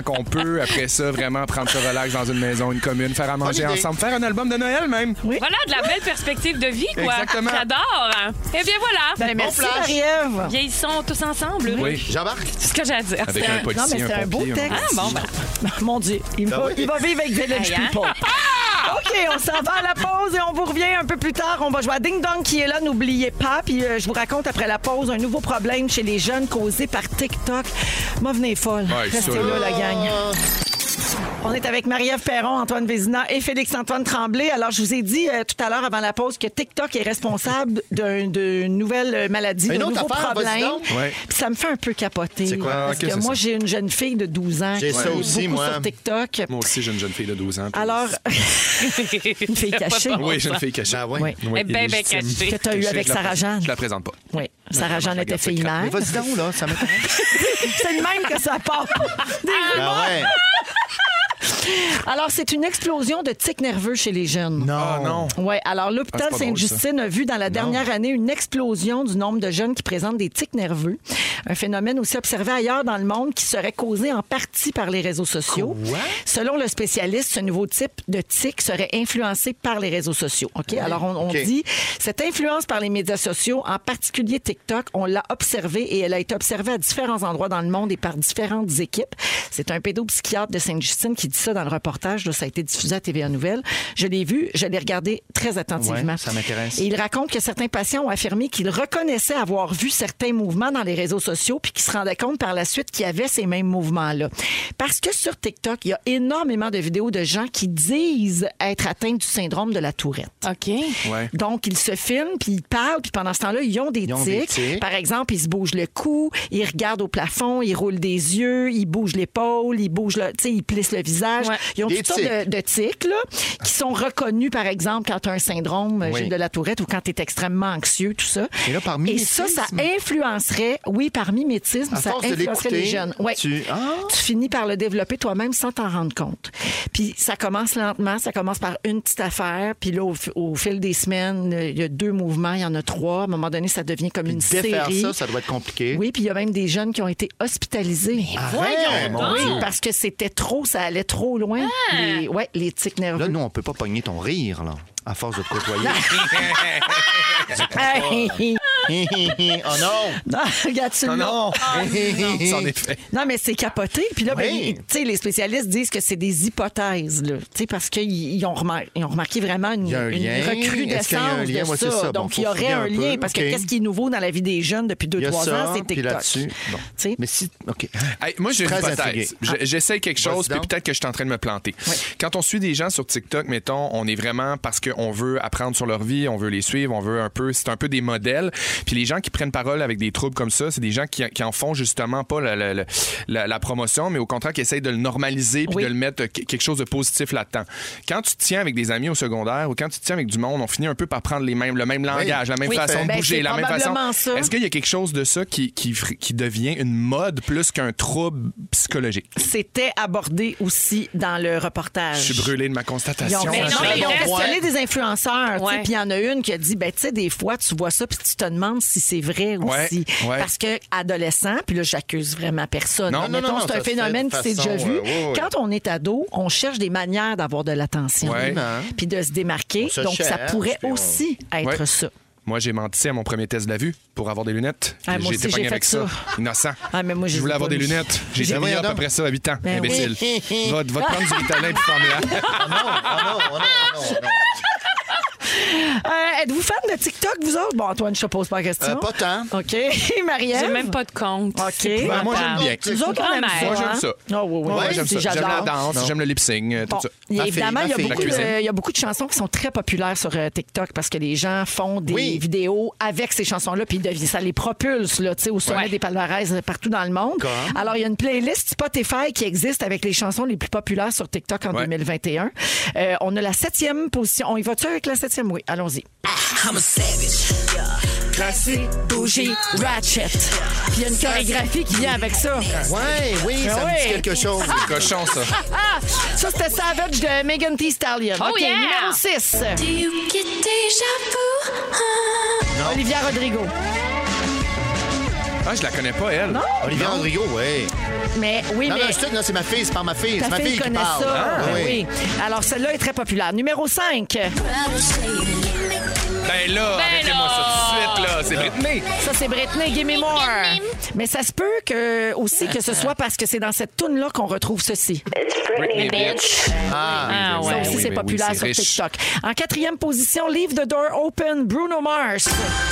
qu'on peut. Après ça, vraiment prendre ça relax dans une maison, une commune, faire à manger ensemble, faire un album de Noël même. Oui. Voilà, de la belle perspective de vie, quoi. Exactement. J'adore. Et bien voilà. Ben, merci, plage. Marie-Ève. Vieillissons tous ensemble. Oui. J'embarque. C'est ce que j'ai à dire. Avec un Non, policier, mais c'est un beau pompier, texte. Ah, bon, ben. Mon Dieu, il va, Ah oui. il va vivre avec Village Aïe, hein? People. OK, on s'en va à la pause et on vous revient un peu plus tard. On va jouer à Ding Dong qui est là, n'oubliez pas. Puis euh, je vous raconte après la pause un nouveau problème chez les jeunes causé par TikTok. Moi, venez folle. Ouais, Restez ça, là, là. la gang. On est avec Marie-Ève Perron, Antoine Vézina et Félix-Antoine Tremblay. Alors, je vous ai dit euh, tout à l'heure avant la pause que TikTok est responsable d'un- d'une nouvelle maladie, Une d'un autre nouveau affaire, vas-y problème. donc. Ouais. Puis ça me fait un peu capoter. C'est quoi? là, Parce Ah, ok, que c'est moi, ça. j'ai une jeune fille de douze ans. J'ai qui ça est aussi, beaucoup moi. sur TikTok. Moi aussi, j'ai une jeune fille de douze ans. puis- Alors, une fille cachée. Oui, j'ai une fille cachée. Ben ouais. Oui. Oui, Elle est bien, bien illégitime. cachée. Que tu as eu Je avec la- Sarah-Jeanne. Je la présente pas. Oui, Sarah-Jeanne était regarde ça, féminin. Mais vas-y donc, là, ça m'intéresse. C'est le même que ça part. Des Ben ouais. Alors, c'est une explosion de tics nerveux chez les jeunes. Ah non. Oui, alors l'hôpital Ah, c'est pas drôle, Sainte-Justine a vu dans la dernière année une explosion du nombre de jeunes qui présentent des tics nerveux. Un phénomène aussi observé ailleurs dans le monde qui serait causé en partie par les réseaux sociaux. Quoi? Selon le spécialiste, ce nouveau type de tic serait influencé par les réseaux sociaux. OK? Alors, on, on OK. dit, cette influence par les médias sociaux, en particulier TikTok, on l'a observée et elle a été observée à différents endroits dans le monde et par différentes équipes. C'est un pédopsychiatre de Sainte-Justine qui dit ça dans le reportage. Là, ça a été diffusé à T V A Nouvelles. Je l'ai vu, je l'ai regardé très attentivement. Ouais, ça m'intéresse. Et il raconte que certains patients ont affirmé qu'ils reconnaissaient avoir vu certains mouvements dans les réseaux sociaux puis qu'ils se rendaient compte par la suite qu'il y avait ces mêmes mouvements-là. Parce que sur TikTok, il y a énormément de vidéos de gens qui disent être atteints du syndrome de la Tourette. OK. Ouais. Donc, ils se filment, puis ils parlent, puis pendant ce temps-là, ils ont des Ils ont des tics. tics. Par exemple, ils se bougent le cou, ils regardent au plafond, ils roulent des yeux, ils bougent l'épaule, ils bougent le, tu sais, ils plissent le visage. Ouais. Ils ont Des toutes sortes de, de tics, là, qui sont reconnus, par exemple, quand tu as un syndrome euh, Oui. Gilles de la Tourette ou quand tu es extrêmement anxieux, tout ça. Et là, par Et ça, ça mimétisme? influencerait, oui, par mimétisme, À ça force de influencerait l'écouter, les jeunes. Ouais. tu- Ah! Tu finis par le développer toi-même sans t'en rendre compte. Puis ça commence lentement, ça commence par une petite affaire, puis là, au, fi- au fil des semaines, il y a deux mouvements, il y en a trois. À un moment donné, ça devient comme une Défaire série. ça, ça doit être compliqué. Oui, puis il y a même des jeunes qui ont été hospitalisés. Voyons Oui, donc! parce que c'était trop, ça allait trop loin. Les, ouais, les tics nerveux. Là, nous, on peut pas pogner ton rire, là, à force de te côtoyer. Hey! oh non! Non, regarde-tu Non, là. non. C'en est fait. Non, mais c'est capoté. Puis là, ben, Oui. ils- tu sais, les spécialistes disent que c'est des hypothèses, là. Tu sais, parce qu'ils ils ont, remar- ils ont remarqué vraiment une, Il y a un une lien. recrudescence Est-ce qu'il y a un lien? de Ouais, ça. c'est ça. Bon, Donc, faut il y aurait fouiller un un lien. peu. Parce OK. que qu'est-ce qui est nouveau dans la vie des jeunes depuis deux Il y a trois ça, ans, c'est puis TikTok. là-dessus. Bon. Tu sais. Mais si. OK. Hey, moi, j'ai une Très hypothèse. intrigué. Je- J'essaie quelque Vas-y chose, puis donc. peut-être que je suis en train de me planter. Quand on suit des gens sur TikTok, mettons, on est vraiment parce qu'on veut apprendre sur leur vie, on veut les suivre, on veut un peu... C'est un peu des modèles. Puis les gens qui prennent parole avec des troubles comme ça, c'est des gens qui, qui en font justement pas la, la, la, la- la promotion, mais au contraire qui essayent de le normaliser puis Oui. de le mettre euh, quelque chose de positif là-dedans. Quand tu te tiens avec des amis au secondaire ou quand tu te tiens avec du monde, on finit un peu par prendre les mêmes, le même langage, la même Oui. façon de Ben, bouger, c'est la même façon. probablement ça. Est-ce qu'il y a quelque chose de ça qui, qui, fr- qui devient une mode plus qu'un trouble psychologique? C'était abordé aussi dans le reportage. Je suis brûlé de ma Ils constatation. ont, Mais non, non, mais ils ont mais questionné ouais. des influenceurs, tu sais, Ouais. puis il y en a une qui a dit, ben tu sais, des fois, tu vois ça, puis tu te demandes si c'est vrai Ouais, aussi. ouais. Parce que adolescent, puis là, j'accuse vraiment personne. Non, mais non, mettons, non, c'est ça un se fait phénomène de qui s'est façon, déjà vu. euh, ouais, ouais. Quand on est ado, on cherche des manières d'avoir de l'attention, Ouais. puis de se démarquer. On se Donc, ça cherche, pourrait puis on- aussi être Ouais. ça. Moi, j'ai menti à mon premier test de la vue pour avoir des lunettes. Ah, moi j'ai aussi, été pogné j'ai avec fait ça. Innocent. Ah, mais moi, je je les ai voulais pas avoir des mis. lunettes. J'ai J'ai- été mis voyons up donc. après ça à huit ans. Ben oui. Imbécile. va, va te prendre du Ritalin puis ferme-la. Oh non, oh non, oh non, oh non, oh non. Euh, êtes-vous fan de TikTok, vous autres? Bon, Antoine, je te pose pas la question. Euh, pas tant. OK. Marie-Ève? J'ai même pas de compte. OK. C'est Ben, moi, épouvantable. j'aime bien. Nous autres, on aime ça. Moi, j'aime hein? ça. Ah oui, oui, Ouais, oui, j'aime ça. J'aime j'adore. la danse, j'aime le lip-sync, euh, tout Bon, ça. il y a Ma évidemment, fille, il y, a ma beaucoup fille. La de, cuisine. il y a beaucoup de chansons qui sont très populaires sur euh, TikTok parce que les gens font des Oui. vidéos avec ces chansons-là, puis ils deviennent- ça les propulse là, tu sais, au sommet Ouais. des palmarès euh, partout dans le monde. Comme? Alors, il y a une playlist Spotify qui existe avec les chansons les plus populaires sur TikTok en Ouais. deux mille vingt et un. Euh, on a la septième position. On y va-tu avec la septième? Oui, allons-y. Classique, bougie, ratchet. Puis il y a une chorégraphie qui vient avec ça. Ouais, oui, ça Ah me dit oui. quelque chose. C'est cochon, ça. Ah! Ça, c'était Savage de Megan Thee Stallion. Oh OK, yeah! numéro six. Do you get déjà vu? Olivia Rodrigo. Ah, je la connais pas, elle. Non? Olivia Rodrigo, oui. Mais oui, Non, mais... non, je te- non, c'est ma fille, c'est par ma fille. Ta C'est ma fille fille qui connaît parle. ça. Ah, Ben oui. oui. Alors, celle-là est très populaire. Numéro cinq. Ben là, arrêtez-moi ça tout de suite, là. C'est Britney. Ça, c'est Britney, Give Me More. Mais ça se peut que, aussi que ce soit parce que c'est dans cette toune-là qu'on retrouve ceci. Britney, bitch. Ah, Ah, Ça ouais. aussi, oui, c'est oui, populaire oui, c'est sur riche. TikTok. En quatrième position, Leave the Door Open, Bruno Mars.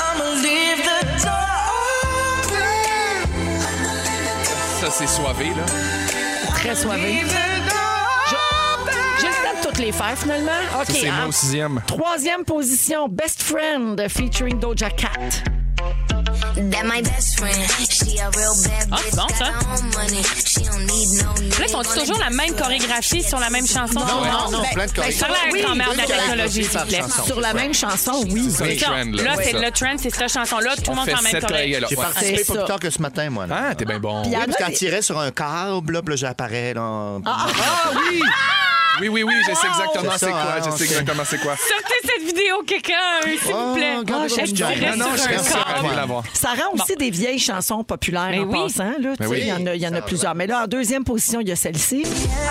Ça, c'est soivé, là. Très soivé. J'ai le temps de toutes les faire, finalement. OK. Ça, c'est moi en au sixième. troisième position, Best Friend, featuring Doja Cat. That my best friend. She a real bad Ah, bitch. c'est bon, ça. got her own money. She don't need no Là, font toujours la même chorégraphie sur la même chanson? Non, non, non, Ben, plein de ben, chorégraphies. Parlez à Oui, la grand-mère de la oui, technologie, s'il vous plaît. chanson. Sur la même chanson, oui. C'est C'est le ça. trend, là. Là, Ouais, c'est ça. le trend, c'est cette chanson-là. Tout le On monde fait fait la même sept chorégraphie. chorégraphies, là. J'ai Ouais. participé C'est pas ça. plus tard que ce matin, moi. Là. Ah, t'es bien bon. Puis il y en Oui, a parce qu'elle des- tirait sur un câble, là, puis là, j'apparais. Là. Ah oui! Oui, oui, oui, je sais exactement C'est c'est ça, quoi. hein, Je sais c'est- exactement c'est quoi. Sortez cette vidéo, quelqu'un, s'il vous Oh, plaît. regardez Ah, comme je une dirais giant. Non, non, je sur serais un sûr câble. de la voir. Ça rend aussi des vieilles chansons populaires Mais en oui. passant. Là, tu Mais sais, oui. il y en a, il y en a plusieurs. Mais là, en deuxième position, il y a celle-ci.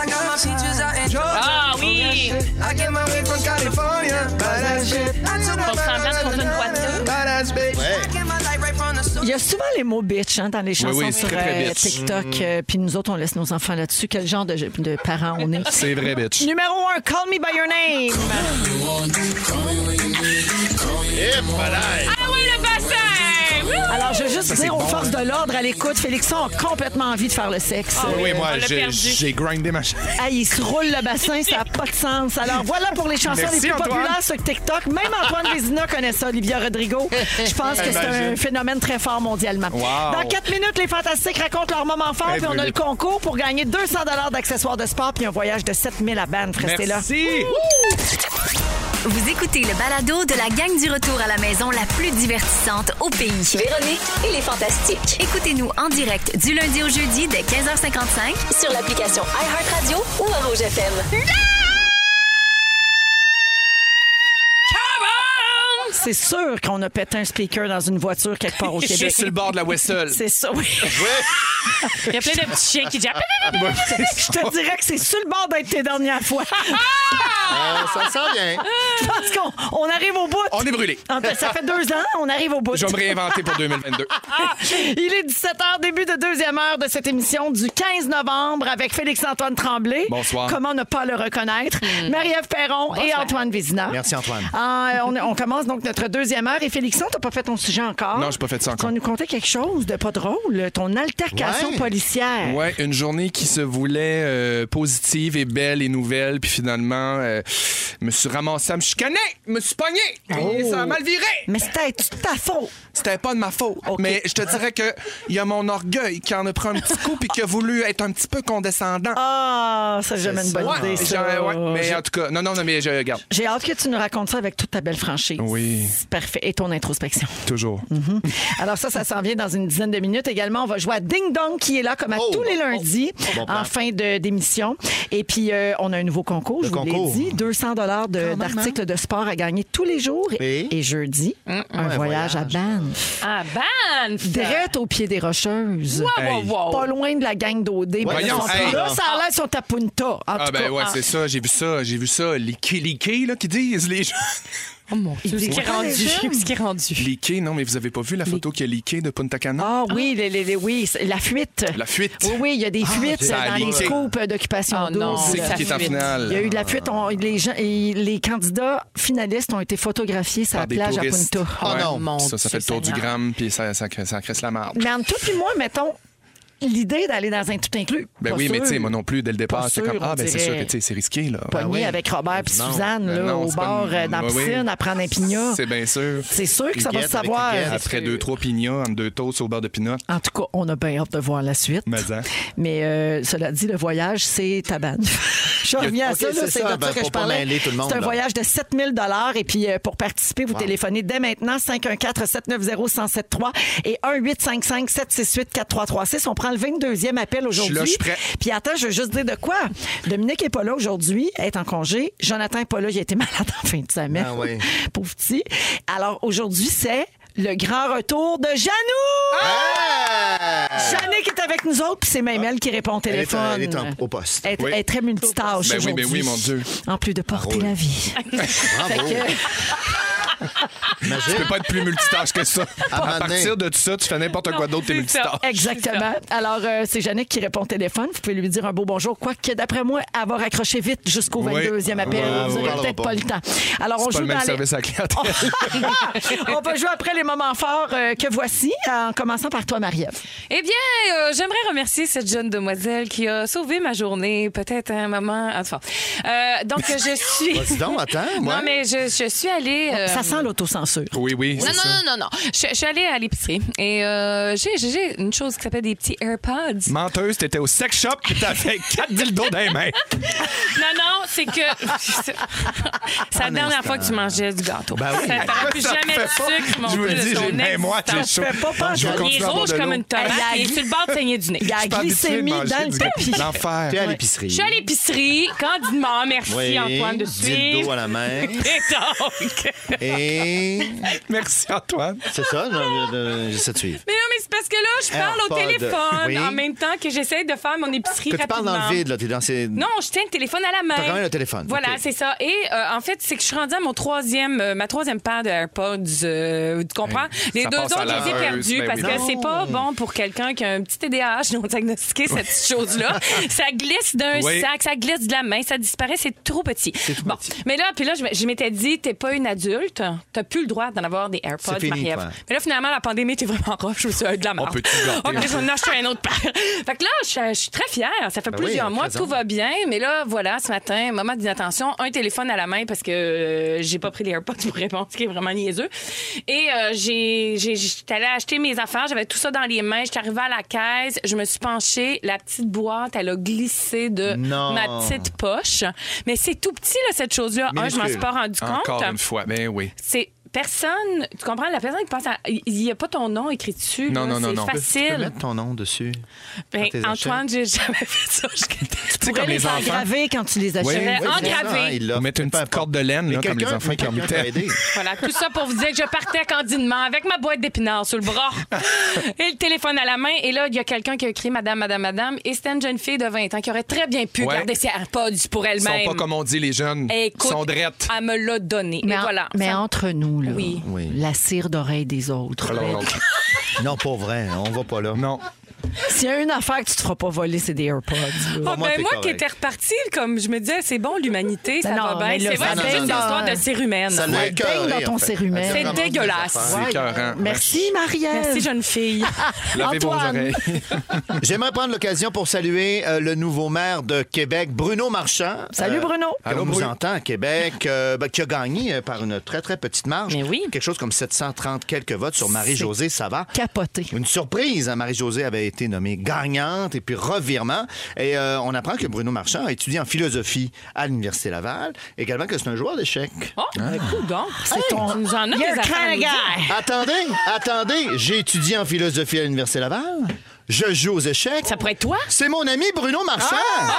Ah oui! Pour semblant de conduire une voiture. Ouais. Il y a souvent les mots bitch hein, dans les chansons oui, sur très, très euh, bitch. TikTok. euh, Puis nous autres, on laisse nos enfants là-dessus. Quel genre de, de parents on est? C'est vrai, bitch. Numéro un, Call Me By Your Name. Ah oui, le bassin! Wouh! Alors, je veux juste Ça, c'est dire aux bon, forces hein. de l'ordre à l'écoute, Félixon a complètement envie de faire le sexe. Ah Oui, moi, on l'a j'ai perdu. j'ai grindé ma chaîne. Hey, il se roule le bassin, ça n'a pas de sens. Alors voilà pour les chansons Merci, les plus Antoine. populaires sur TikTok. Même Antoine Vézina connaît ça, Olivia Rodrigo. Je pense que c'est un Imagine. phénomène très fort mondialement. Wow. Dans quatre minutes, les Fantastiques racontent leur moment fort, Eh, puis on a brûlé. le concours pour gagner deux cents dollars d'accessoires de sport puis un voyage de sept mille à Banff. Restez là. Merci. Vous écoutez le balado de la gang du retour à la maison la plus divertissante au pays. Véronique et les Fantastiques. Écoutez-nous en direct du lundi au jeudi dès quinze heures cinquante-cinq Sur l'application iHeartRadio ou à Rouge F M. C'est sûr qu'on a pété un speaker dans une voiture quelque part au Je suis Québec. sur le bord de la Wessel. C'est ça, oui. Il y a plein de petits chiens qui disent... Je te dirais que c'est sur le bord d'être tes dernières fois. Euh, ça sent bien. Je pense qu'on on arrive au bout. On est brûlé. En fait, ça fait deux ans, on arrive au bout. Je vais me réinventer pour deux mille vingt-deux. Il est dix-sept heures, début de deuxième heure de cette émission du quinze novembre avec Félix-Antoine Tremblay. Bonsoir. Comment ne pas le reconnaître? Marie-Ève Perron et Antoine Vézina. Merci, Antoine. Euh, on, on commence donc notre deuxième heure. Et Félixon, t'as pas fait ton sujet encore? Non, j'ai pas fait ça Tu encore. vas nous conter quelque chose de pas drôle, ton altercation Ouais. policière. Ouais, une journée qui se voulait euh, positive et belle et nouvelle, puis finalement, euh, me suis ramassé à me chicaner, me suis pogné, et ça a mal viré. Mais c'était de ta faute. C'était pas de ma faute, OK. mais je te dirais que il y a mon orgueil qui en a pris un petit coup puis qui a voulu être un petit peu condescendant. Ah, ça, j'ai jamais une bonne Ouais, idée, ça. j'ai- ouais, mais en tout cas, non, non, non, mais je regarde. J'ai hâte que tu nous racontes ça avec toute ta belle franchise. Oui. C'est parfait. Et ton introspection. Toujours. Alors ça, ça s'en vient dans une dizaine de minutes. Également, on va jouer à Ding Dong qui est là comme à Oh, tous les bon, lundis bon, bon plan. en fin de d'émission. Et puis, euh, on a un nouveau concours, Le je vous l'ai concours. dit. deux cents dollars d'articles de sport à gagner tous les jours. Oui. Et jeudi, un un voyage, à voyage. Banff. Ah, Banff! Direct au pied des Rocheuses. Wow, Hey. wow, wow. Pas loin de la gang d'O D. mais Voyons, ils sont hey. plus là, ça a l'air qu'ils sont à Punta. En Ah tout ben cas, ouais, ah. c'est ça, j'ai vu ça, j'ai vu ça, liqué, liqué, là, qui disent les gens. Oh mon Dieu, ce qui est Ouais. rendu. Ce qui est rendu. Liqué, non, mais vous avez pas vu la photo qui a liqué de Punta Cana? Ah oui, les, les- les- oui, c'est- la fuite. La fuite. Oui, oui, il y a des fuites ça a dans les leaké. scoops d'occupation Oh non, double. C'est ça qui qui est en fuite. finale? Il y a eu de la fuite. On- les, gens, et les candidats finalistes ont été photographiés sur la Par des plage touristes. à Punta. Oh non. Mon Ça, ça fait le tour Dieu du Seigneur. gramme, puis ça, ça, ça cresse la marde. Mais entre toi et moi, mettons, l'idée d'aller dans un tout inclus. Ben pas oui, mais sûr. tu sais, moi non plus, dès le départ, Pas c'est sûr, comme, ah, on ben c'est dirait. sûr que tu sais, c'est risqué, là. Pogné oui. avec Robert et Non. Suzanne Ben là, non, au c'est bord pas- euh, dans la Oui, oui. piscine à prendre un pignat. C'est bien sûr. C'est sûr que ça va se Huguette avec savoir. Huguette. Après deux, trois pignats, entre deux toasts au beurre de pinot. En tout cas, on a bien hâte de voir la suite. Mais hein. Mais euh, cela dit, le voyage, c'est ta banne. Je reviens à OK, ça, là, c'est c'est ça. de Ben, ça que faut je pas parlais. mêler tout le monde, C'est un là. voyage de sept mille et puis euh, pour participer, vous téléphonez dès maintenant cinq un quatre, sept neuf zéro, un zéro sept trois et un huit cinq cinq, sept six huit, quatre trois trois six. On prend le vingt-deuxième appel aujourd'hui. là, je suis prêt. Puis attends, je veux juste dire de quoi. Dominique est pas là aujourd'hui, elle est en congé. Jonathan est pas là, il a été malade en fin de semaine. Ah oui. Pauvre petit. Alors aujourd'hui, c'est le grand retour de Janou! Ah! Jannick est avec nous autres, puis c'est même elle qui répond au Elle est, téléphone. elle est en- au poste. Elle, Oui. elle est très multitâche Ben oui, aujourd'hui. ben oui, mon Dieu. En plus de porter Bravo. la vie. Bravo. Imagine. Tu peux pas être plus multitâche que ça. À À un moment partir donné. de tout ça, tu fais n'importe quoi d'autre, t'es c'est ça. multitâche. Exactement. Alors, euh, c'est Jannick qui répond au téléphone. Vous pouvez lui dire un beau bonjour. Quoique, d'après moi, elle va raccrocher vite jusqu'au Oui. vingt-deuxième appel. Ouais, Vous on n'aurez parlera peut-être pas. pas le temps. Alors, on C'est pas joue le même dans les... service à la clientèle. On peut jouer après les moments forts euh, que voici, en commençant par toi, Marie-Ève. Eh bien, euh, j'aimerais remercier cette jeune demoiselle qui a sauvé ma journée, peut-être un moment. Enfin, euh, donc, je suis. Vas-y donc, attends. Moi. Non, mais je, je suis allée. euh, Ça sent l'autocensure. Oui, oui. Non, c'est ça. non, non, non, non. Je, je suis allée à l'épicerie et euh, j'ai, j'ai- j'ai une chose qui s'appelle des petits AirPods. Menteuse, t'étais au sex shop et t'as fait quatre dildos dans les mains. Non, non, c'est que. C'est la dernière instant. fois que tu mangeais du gâteau. Ben oui. Ça t'aurait plus Ça jamais fait de pas. sucre, mon Je vous le Dieu, dis, de j'ai ton ben moi, j'ai existence. chaud. Je fais pas pas Je vais de- Il continuer est à boire rouge de comme l'eau. une tomate Elle a et glu- sur le bord de saigner du nez. Il y a Je suis la pas habituée de glycémie manger dans le du- tapis. L'enfer. T'es à l'épicerie. Je suis à l'épicerie, candidement, merci Oui. Antoine de Dildo suivre. à la main. Et donc. Et Merci, Antoine. c'est ça, non, euh, j'essaie de suivre. Mais non, mais c'est parce que là, je parle au AirPod. téléphone Oui. en même temps que j'essaie de faire mon épicerie Que tu parles rapidement. dans le vide, là. T'es dans ces... Non, je tiens le téléphone à la main. T'as quand même le téléphone, Voilà, OK. c'est ça. Et euh, en fait, c'est que je suis rendue à mon troisième, euh, ma troisième paire de AirPods. euh, tu comprends? Les ça deux passe à autres, je les ai laveuse, perdus ben parce oui. que Non. c'est pas bon pour quelqu'un qui a un petit T D A H non diagnostiqué, cette petite chose-là. Ça glisse d'un Oui. sac, ça glisse de la main, ça disparaît, c'est trop petit. bon, mais là, puis là, je, je m'étais dit, t'es pas une adulte, t'as plus le droit d'en avoir des AirPods, C'est fini, Marie-Ève. toi. Mais là, finalement, la pandémie était vraiment rough. Je me suis dit, de la merde. peut-tu gâter? OK, je vais en acheter un autre paire. Fait que là, je, je suis très fière. Ça fait Ben oui, plusieurs mois, raison. tout va bien. Mais là, voilà, ce matin, moment d'inattention, un téléphone à la main parce que euh, j'ai pas pris les AirPods pour répondre, ce qui est vraiment niaiseux. Et euh, j'ai, j'ai, j'étais allée acheter mes affaires, j'avais tout ça dans les mains, j'étais arrivée à la caisse, je me suis penchée, la petite boîte, elle a glissé de Non. ma petite poche. Mais c'est tout petit, là, cette chose-là. Un, je m'en suis Minuscule. pas rendu compte. Encore une fois. Ben oui. C'est personne, tu comprends, la personne qui pense à. Il n'y a pas ton nom écrit dessus. Non, là, non, non, c'est non. Tu peux facile. mettre ton nom dessus. Ben, dans tes Antoine, j'ai jamais fait ça. Je- Tu sais, Tu comme pourrais les les enfants. engraver quand tu les achètes. Oui. J'avais Oui, c'est ça, engravé. hein, il l'a. Ou mettre une Peu petite importe. corde de laine, Mais là, comme les quelqu'un- enfants mais qui en quelqu'un t'a mettaient. aidé. Voilà, tout ça pour vous dire que je partais candidement avec ma boîte d'épinards sur le bras et le téléphone à la main. Et là, il y a quelqu'un qui a écrit Madame, Madame, Madame. Et c'était une jeune fille de vingt ans qui aurait très bien pu Ouais. garder ses AirPods pour Ils sont elle-même. pas comme on dit, les jeunes. Écoute, Ils sont drettes. elle me l'a donné. Mais, et en- voilà. mais Ça- entre nous, là, Oui. Oui. la cire d'oreille des autres. Non, pas vrai. On va pas là. Non. S'il y a une affaire que tu te feras pas voler, c'est des AirPods. là. Ah, Pour moi, ben, t'es moi qui correct. étais repartie, comme je me disais, c'est bon, l'humanité, ça Ben va non, bien. mais là, C'est vrai, ça c'est baigne une dans- histoire de cérumen. Ça l'a Ouais, écœuré, baigne dans ton en fait. cérumen. Elle C'est a vraiment dit des dégueulasse. affaires. C'est écœurant. Merci, Marie-Ève. Merci, jeune fille. Lavez vos Antoine. oreilles. J'aimerais prendre l'occasion pour saluer euh, le nouveau maire de Québec, Bruno Marchand. Salut, Euh, Bruno. Allô, On nous Bru. entend à Québec, euh, ben, qui a gagné euh, par une très, très petite marge. Mais oui. Quelque chose comme sept cent trente quelques votes sur Marie-Josée Savard. Capoté. Une surprise, hein, Marie-Josée avait été nommée gagnante et puis revirement. Et euh, on apprend que Bruno Marchand a étudié en philosophie à l'Université Laval. Également que c'est un joueur d'échecs. Oh, écoute donc. C'est ton... Tu nous en as des You're affaires à kind nous of dire. guy. Attendez, attendez, j'ai étudié en philosophie à l'Université Laval. Je joue aux échecs. Ça pourrait être toi? C'est mon ami Bruno Marchand.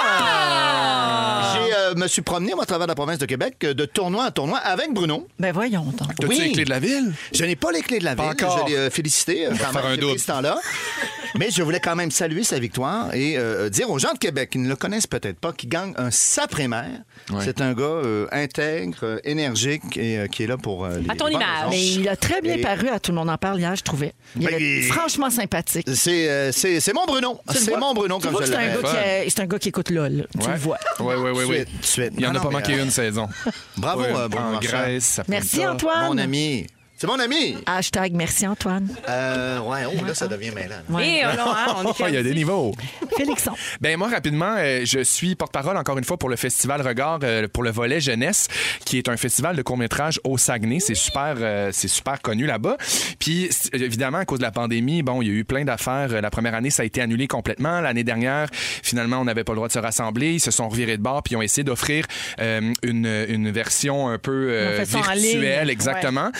Ah! J'ai euh, me suis promené moi, à travers la province de Québec euh, de tournoi en tournoi avec Bruno. Ben voyons donc. T'as-tu Oui. les clés de la ville? Je n'ai pas les clés de la Pas ville. encore. Je l'ai euh, félicité euh, quand faire même un depuis double. ce temps-là. Mais je voulais quand même saluer sa victoire et euh, dire aux gens de Québec qui ne le connaissent peut-être pas qu'il gagne un Sapré-Mère. Ouais. C'est un gars euh, intègre, euh, énergique et euh, qui est là pour euh, les À ton les bonnes image. raisons. Mais il a très bien Et- paru à Tout le monde en parle hier, je trouvais. Il Ben, est il- franchement sympathique. C'est euh, c'est c'est mon Bruno. Tu le C'est vois? mon Bruno Tu comme vois je que c'est un, l'appelle. gars qui a- c'est un gars qui écoute LOL. Tu le vois. Oui, oui, oui. oui. Suite, suite. Il n'y en Non, a pas non, manqué mais, euh, une saison. Bravo, Ouais, euh, Bruno en Marchand. Grèce, ça Merci, ça. Antoine. Mon ami. C'est mon ami. Hashtag merci, Antoine. Euh, ouais, oh, là, ça devient mêlant. là. Ouais. Et, euh, non, hein, on est Oh, il y a des perdu. niveaux. Félixon. Ben moi, rapidement, euh, je suis porte-parole encore une fois pour le Festival Regard euh, pour le volet jeunesse, qui est un festival de court-métrage au Saguenay. C'est super, euh, c'est super connu là-bas. Puis, c- évidemment, à cause de la pandémie, bon, il y a eu plein d'affaires. Euh, La première année, ça a été annulé complètement. L'année dernière, finalement, on n'avait pas le droit de se rassembler. Ils se sont revirés de bord puis ils ont essayé d'offrir euh, une, une version un peu euh, Ils ont fait ça en virtuelle, ligne. exactement. Puis là,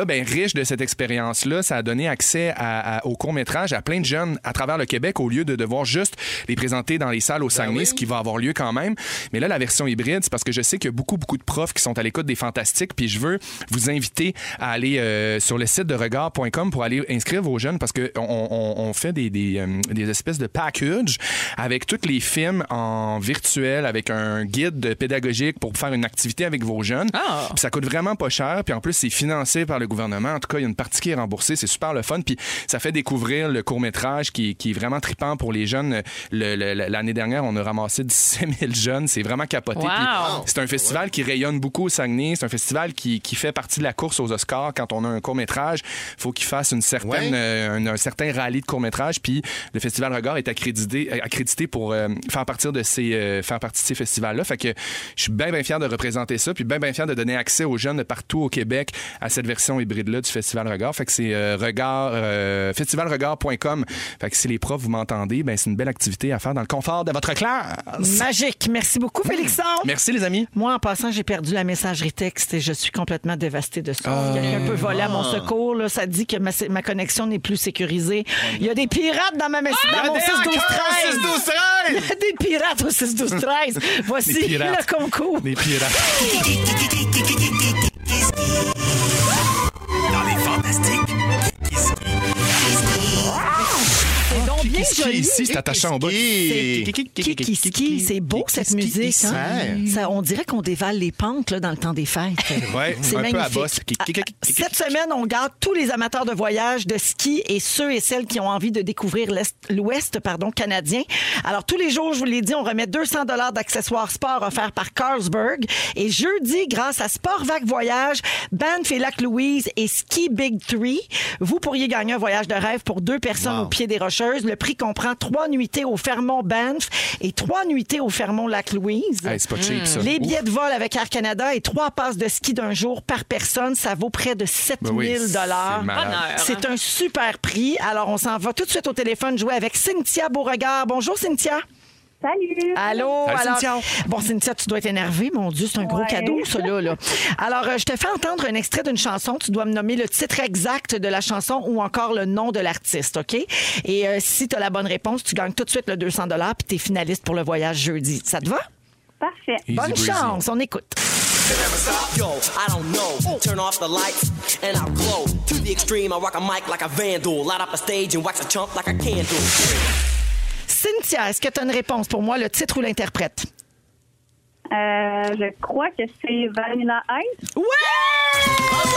là, ben, riche de cette expérience-là, ça a donné accès à, à, au court-métrage à plein de jeunes à travers le Québec au lieu de devoir juste les présenter dans les salles au Saguenay, ben oui. ce qui va avoir lieu quand même. Mais là, la version hybride, c'est parce que je sais qu'il y a beaucoup, beaucoup de profs qui sont à l'écoute des Fantastiques, puis je veux vous inviter à aller euh, sur le site de regard point com pour aller inscrire vos jeunes parce qu'on on, on fait des, des, euh, des espèces de package avec tous les films en virtuel, avec un guide pédagogique pour faire une activité avec vos jeunes. Oh. Puis ça coûte vraiment pas cher, puis en plus, c'est financé par le gouvernement. En tout cas, il y a une partie qui est remboursée, c'est super le fun, puis ça fait découvrir le court-métrage qui, qui est vraiment trippant pour les jeunes. Le, le, l'année dernière, on a ramassé dix-sept mille jeunes, c'est vraiment capoté. Wow. C'est un festival qui rayonne beaucoup au Saguenay, c'est un festival qui, qui fait partie de la course aux Oscars. Quand on a un court-métrage, il faut qu'il fasse une certaine, ouais. euh, un, un certain rallye de court-métrage, puis le Festival Regard est accrédité, accrédité pour euh, faire, partir de ces, euh, faire partie de ces festivals-là. Fait que je suis bien, bien fier de représenter ça, puis bien, bien fier de donner accès aux jeunes de partout au Québec à cette version hybride-là du Festival Regard. Fait que c'est euh, regard, euh, festival regard point com. Fait que si les profs, vous m'entendez, ben c'est une belle activité à faire dans le confort de votre classe. Magique. Merci beaucoup, Félixon. Merci, les amis. Moi, en passant, j'ai perdu la messagerie texte et je suis complètement dévastée de ça. Oh. Quelqu'un peut voler à mon secours. Là. Ça dit que ma, ma connexion n'est plus sécurisée. Il y a des pirates dans, ma mes- oh, dans mon six douze treize. Il y a des pirates au six douze treize. Voici le concours. Des pirates. Dans les Fantastiques. C'est donc bien joli. Ici, c'est attachant au bas. Kiki, c'est beau cette musique. Hein? Ça, on dirait qu'on dévale les pentes là, dans le temps des fêtes. Ouais, c'est un magnifique. peu à bosse. Cette semaine, on garde tous les amateurs de voyage, de ski et ceux et celles qui ont envie de découvrir l'Ouest pardon, canadien. Alors, tous les jours, je vous l'ai dit, on remet deux cents dollars d'accessoires sport offerts par Carlsberg. Et jeudi, grâce à Sportvac Voyage, Banff et Lac-Louise et Ski Big Three, vous pourriez gagner un voyage de rêve pour deux personnes wow. au pied des Rocheuses. Le prix comprend trois nuitées au Fermont-Banff et trois nuitées au Fermont-Lac-Louise. Hey, c'est pas cheap, ça. Les billets de vol avec Air Canada et trois passes de ski d'un jour par personne, ça vaut près de sept mille dollars. Ben oui, c'est, c'est un super prix. Alors, on s'en va tout de suite au téléphone jouer avec Cynthia Beauregard. Bonjour, Cynthia. Salut! Allô? Salut, alors, Cynthia. Bon, Cynthia, tu dois être énervée. Mon Dieu, c'est un gros ouais. cadeau, ça, là. là. Alors, euh, je te fais entendre un extrait d'une chanson. Tu dois me nommer le titre exact de la chanson ou encore le nom de l'artiste, OK? Et euh, si tu as la bonne réponse, tu gagnes tout de suite le deux cents dollars puis tu es finaliste pour le voyage jeudi. Ça te va? Parfait. Easy Bonne breezy. chance. On écoute. Yo, I don't know. Turn off the lights and I'll glow. To the extreme, I rock a mic like a vandal. Light up a stage and wax a chump like a candle. Cynthia, est-ce que tu as une réponse pour moi, le titre ou l'interprète? Euh, je crois que c'est Vanilla Ice. Ouais!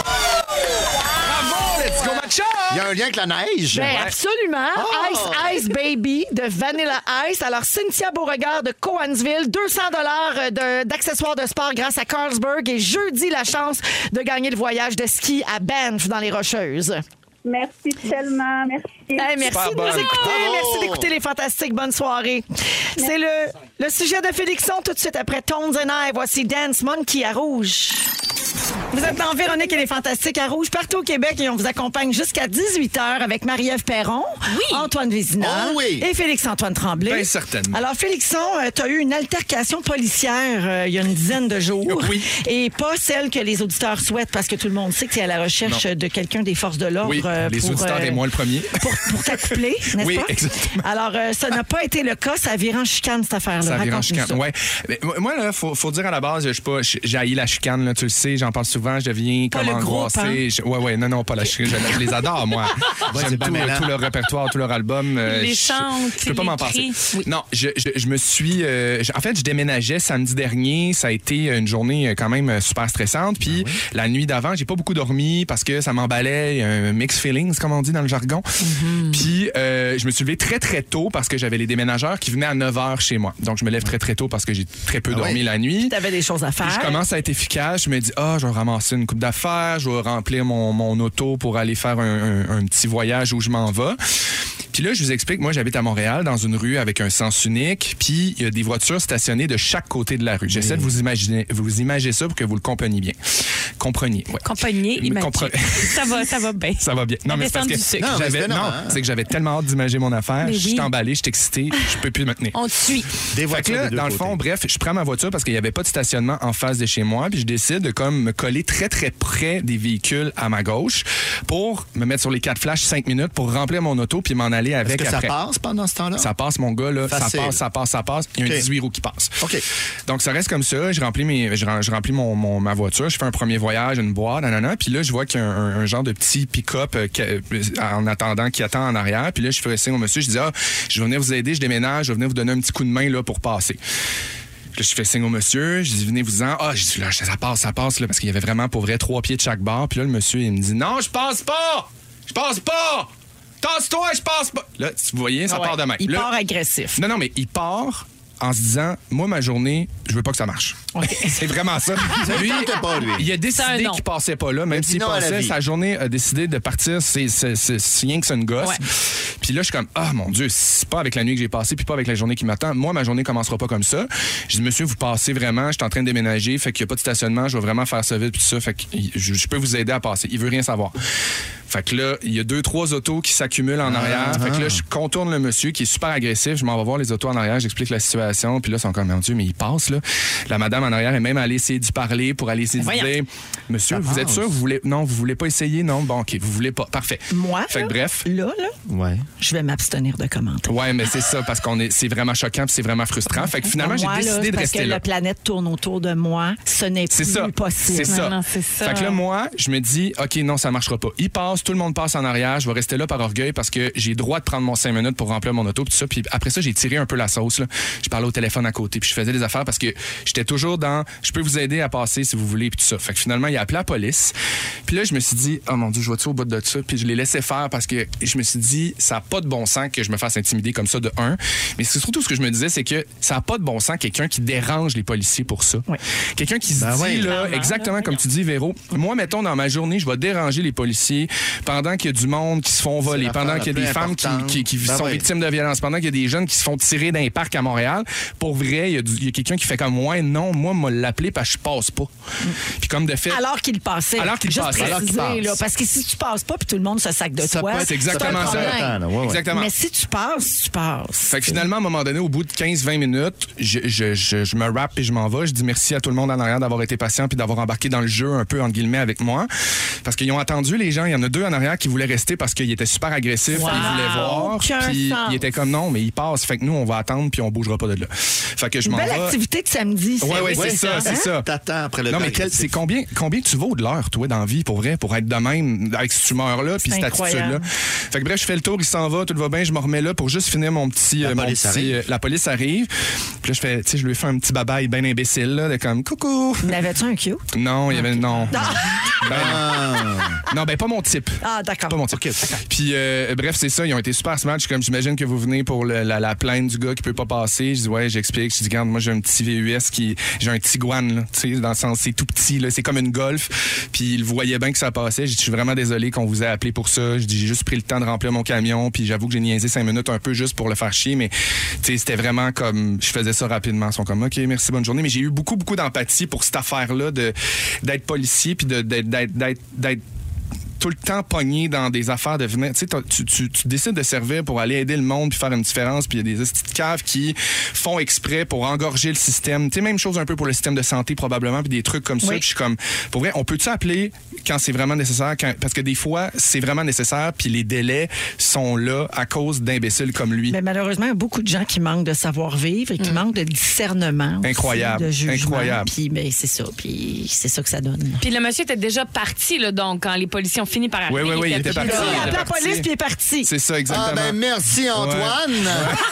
Bravo! Let's go, matcha! Il y a un lien avec la neige. Ben, Ouais. absolument. Oh! Ice Ice Baby de Vanilla Ice. Alors, Cynthia Beauregard de Cowansville, deux cents dollars de, d'accessoires de sport grâce à Carlsberg. Et jeudi, la chance de gagner le voyage de ski à Banff dans les Rocheuses. Merci tellement. Merci. Hey, merci Super de bonne. nous écouter. Bravo. Merci d'écouter les Fantastiques. Bonne soirée. C'est le, le sujet de Félixon tout de suite après Tones and I. Voici Dance Monkey à Rouge. Vous êtes dans Véronique et les Fantastiques à Rouge partout au Québec et on vous accompagne jusqu'à dix-huit heures avec Marie-Ève Perron, Oui. Antoine Vézina Oh oui. et Félix-Antoine Tremblay. Bien certainement. Alors, Félixon, tu as eu une altercation policière euh, il y a une dizaine de jours. Oui. Et pas celle que les auditeurs souhaitent parce que tout le monde sait que tu es à la recherche Non. de quelqu'un des forces de l'ordre. Oui, euh, les pour, auditeurs euh, et moi le premier. Pour, pour t'accoupler, n'est-ce Oui, pas? exactement. Alors, euh, ça n'a pas été le cas. Ça a viré en chicane, cette affaire-là. Ça vire en Raconte-nous chicane. ça. Ouais. Mais moi, là, faut, faut dire à la base, je sais pas, j'ai haï la chicane, là, tu le sais, j'en parle souvent, je deviens Pas comme le groupe, angoissé. hein? Je- Ouais, ouais, non, non, pas la chicane. Je, je les adore, moi. Ouais, J'aime c'est pas tout, mêlant. tout leur répertoire, tout leur album. euh, Les je- chante, Je peux pas les m'en crie. passer. Oui. Non, je, je, je me suis. euh, je- en fait, je déménageais samedi dernier. Ça a été une journée euh, quand même euh, super stressante. Puis la nuit d'avant, j'ai pas beaucoup dormi parce que ça m'emballait. Un mixed feelings, comme on dit dans le jargon. Puis euh, je me suis levé très, très tôt parce que j'avais les déménageurs qui venaient à neuf heures chez moi. Donc, je me lève très, très tôt parce que j'ai très peu Ah dormi ouais? la nuit. Tu avais des choses à Puis je faire. commence à être efficace. Je me dis, ah, je vais ramasser une coupe d'affaires, je vais remplir mon, mon auto pour aller faire un, un- un petit voyage où je m'en vais. Puis Puis là, je vous explique, moi, j'habite à Montréal, dans une rue avec un sens unique, puis il y a des voitures stationnées de chaque côté de la rue. J'essaie oui. de vous imaginer, vous imaginer ça pour que vous le compreniez bien. Compreniez, ouais. Compreniez, imaginez. Compre... ça va, ça va bien. Ça va bien. Non, La mais c'est parce que sucre. non, j'avais, non, non hein. c'est que j'avais tellement hâte d'imaginer mon affaire. Mais je suis oui. emballé, je suis excité, je peux plus me tenir. On te suit. Des voitures fait que là, de dans côtés. Le fond, bref, je prends ma voiture parce qu'il n'y avait pas de stationnement en face de chez moi, puis je décide de comme me coller très, très près des véhicules à ma gauche pour me mettre sur les quatre flashs cinq minutes pour remplir mon auto puis m'en aller avec. Est-ce que après. Ça passe pendant ce temps-là? Ça passe, mon gars, là. Facile. Ça passe, ça passe, ça passe. Il y a okay. un dix-huit roues qui passe. OK. Donc, ça reste comme ça. Je remplis, mes, je, je remplis mon, mon, ma voiture. Je fais un premier voyage, une boîte, nanana. Puis là, je vois qu'il y a un, un genre de petit pick-up euh, en attendant, qui attend en arrière. Puis là, je fais signe au monsieur. Je dis, ah, je vais venir vous aider, je déménage, je vais venir vous donner un petit coup de main là, pour passer. Là, je fais signe au monsieur, je dis venez vous en. Ah, je dis là, ça passe, ça passe là, parce qu'il y avait vraiment pour vrai trois pieds de chaque barre. Puis là, le monsieur, il me dit non, je passe pas, je passe pas, tasse-toi, je passe pas. Là, vous voyez, ça ah ouais. part de même. Il là, part agressif. Non, non, mais il part en se disant, moi, ma journée, je veux pas que ça marche. Okay. C'est vraiment ça. Lui, pas, lui. Il a décidé qu'il passait pas là, même s'il passait, sa journée a décidé de partir, c'est, c'est, c'est, c'est rien que c'est une gosse. Ouais. Puis là, je suis comme, ah, oh, mon Dieu, c'est pas avec la nuit que j'ai passée, puis pas avec la journée qui m'attend. Moi, ma journée commencera pas comme ça. Je dis, monsieur, vous passez vraiment, je suis en train de déménager, fait qu'il y a pas de stationnement, je vais vraiment faire ça vite, puis tout ça, fait que je, je peux vous aider à passer. Il veut rien savoir. Fait que là, il y a deux, trois autos qui s'accumulent en arrière. Ah, fait que là, je contourne le monsieur qui est super agressif. Je m'en vais voir les autos en arrière, j'explique la situation. Puis là, ils sont comme, mon Dieu, mais il passe, là. La madame en arrière est même allée essayer d'y parler pour aller essayer de dire, monsieur, ça vous passe. Êtes sûr, vous voulez, non, vous voulez pas essayer? Non, bon, OK, vous voulez pas. Parfait. Moi, fait que, bref. Là, là, ouais. je vais m'abstenir de commenter. Ouais, mais c'est ça, parce qu'on est, c'est vraiment choquant puis c'est vraiment frustrant. Fait que finalement, moi, j'ai décidé là, de rester parce que là. La planète tourne autour de moi. Ce n'est c'est plus ça. possible. C'est ça. Non, non, c'est ça. Fait que là, moi, je me dis, OK, non, ça marchera pas. Il passe, tout le monde passe en arrière. Je vais rester là par orgueil parce que j'ai le droit de prendre mon cinq minutes pour remplir mon auto puis tout ça. Puis après ça, j'ai tiré un peu la sauce. Là. Je parlais au téléphone à côté puis je faisais des affaires parce que j'étais toujours dans je peux vous aider à passer si vous voulez puis tout ça. Fait que finalement, il a appelé la police. Puis là, je me suis dit, oh mon Dieu, je vais-tu au bout de ça? Puis je l'ai laissé faire parce que je me suis dit, ça n'a pas de bon sens que je me fasse intimider comme ça de un. Mais c'est surtout ce que je me disais, c'est que ça n'a pas de bon sens quelqu'un qui dérange les policiers pour ça. Oui. Quelqu'un qui se ben dit, oui, là, clairement, exactement là, comme tu dis, Véro, moi, mettons, dans ma journée, je vais déranger les policiers pendant qu'il y a du monde qui se font voler, pendant qu'il y a des femmes qui, qui, qui ben sont oui. victimes de violence, pendant qu'il y a des jeunes qui se font tirer d'un parc à Montréal. Pour vrai, il y a, du, il y a quelqu'un qui fait comme ouais, non, moi, m'a l'appelé parce que je passe pas. Mm. Puis comme de fait. Alors qu'il passait. Alors qu'il Juste passait. Préciser, alors qu'il passe. Là, parce que si tu passes pas, puis tout le monde se sac de ça toi. C'est exactement ça. ça. Ouais, ouais. Exactement. Mais si tu passes, tu passes. Fait que finalement, à un moment donné, au bout de quinze vingt minutes, je, je, je, je me rappe et je m'en vais. Je dis merci à tout le monde en arrière d'avoir été patient puis d'avoir embarqué dans le jeu un peu, entre guillemets, avec moi. Parce qu'ils ont attendu, les gens. Il y en a deux en arrière qui voulaient rester parce qu'ils étaient super agressifs. Wow. Ils voulaient voir. Puis ils étaient comme non, mais ils passent. Fait que nous, on va attendre puis on bougera pas de là. Fait que je m'en vais. Belle activité de samedi. Oui, oui, c'est ça, c'est ça. T'attends après le. Non, mais quel, c'est combien, combien tu vaux de l'heure, toi, dans la vie, pour vrai, pour être de même, avec cette humeur-là puis cette attitude-là. Fait que bref, je fais le tour, il s'en va, tout va bien, je me remets là pour juste finir mon petit. La, euh, mon police, petit arrive. Euh, la police arrive. Puis là, je fais, tu sais, je lui fais un petit babaille bien imbécile, là, de comme coucou. N'avais-tu un cute? Non, il y avait. Okay. Non. Ah. Ben, non. non, ben pas mon type. Ah, d'accord. Pas mon type. Okay. Puis euh, bref, c'est ça, ils ont été super smart. Je suis comme, j'imagine que vous venez pour le, la, la plainte du gars qui peut pas passer. Je dis, ouais, j'explique. Je dis, regarde, moi, j'ai un petit V U S qui. J'ai un Tiguan, là, tu sais, dans le sens, c'est tout petit, là, c'est comme une Golf. Puis il voyait bien que ça passait. Je dis, je suis vraiment désolé qu'on vous ait appelé pour ça. Je dis, j'ai juste pris le temps de remplir mon camion. Puis j'avoue que j'ai niaisé cinq minutes un peu juste pour le faire chier. Mais, tu sais, c'était vraiment comme. Je faisais ça rapidement. Ils sont comme, OK, merci, bonne journée. Mais j'ai eu beaucoup, beaucoup d'empathie pour cette affaire-là de, d'être policier puis de, d'être, d'être, d'être, d'être tout le temps pogné dans des affaires de venir. Tu sais, tu, tu, tu décides de servir pour aller aider le monde puis faire une différence. Puis il y a des petites caves qui font exprès pour engorger le système. Tu sais, même chose un peu pour le système de santé probablement puis des trucs comme ça. Oui. Puis je suis comme, pour vrai, on peut-tu appeler quand c'est vraiment nécessaire? Quand, parce que des fois, c'est vraiment nécessaire puis les délais sont là à cause d'imbéciles comme lui. Mais malheureusement, il y a beaucoup de gens qui manquent de savoir-vivre et qui mmh. manquent de discernement. Aussi, incroyable. de jugement. Incroyable. Puis ben, c'est ça. Puis c'est ça que ça donne. Puis le monsieur était déjà parti, là, donc, quand les policiers ont fini par arriver. Oui, oui, oui, il était parti. Il a appelé la parti. police puis il est parti. C'est ça, exactement. Ah, ben merci, Antoine. Ouais.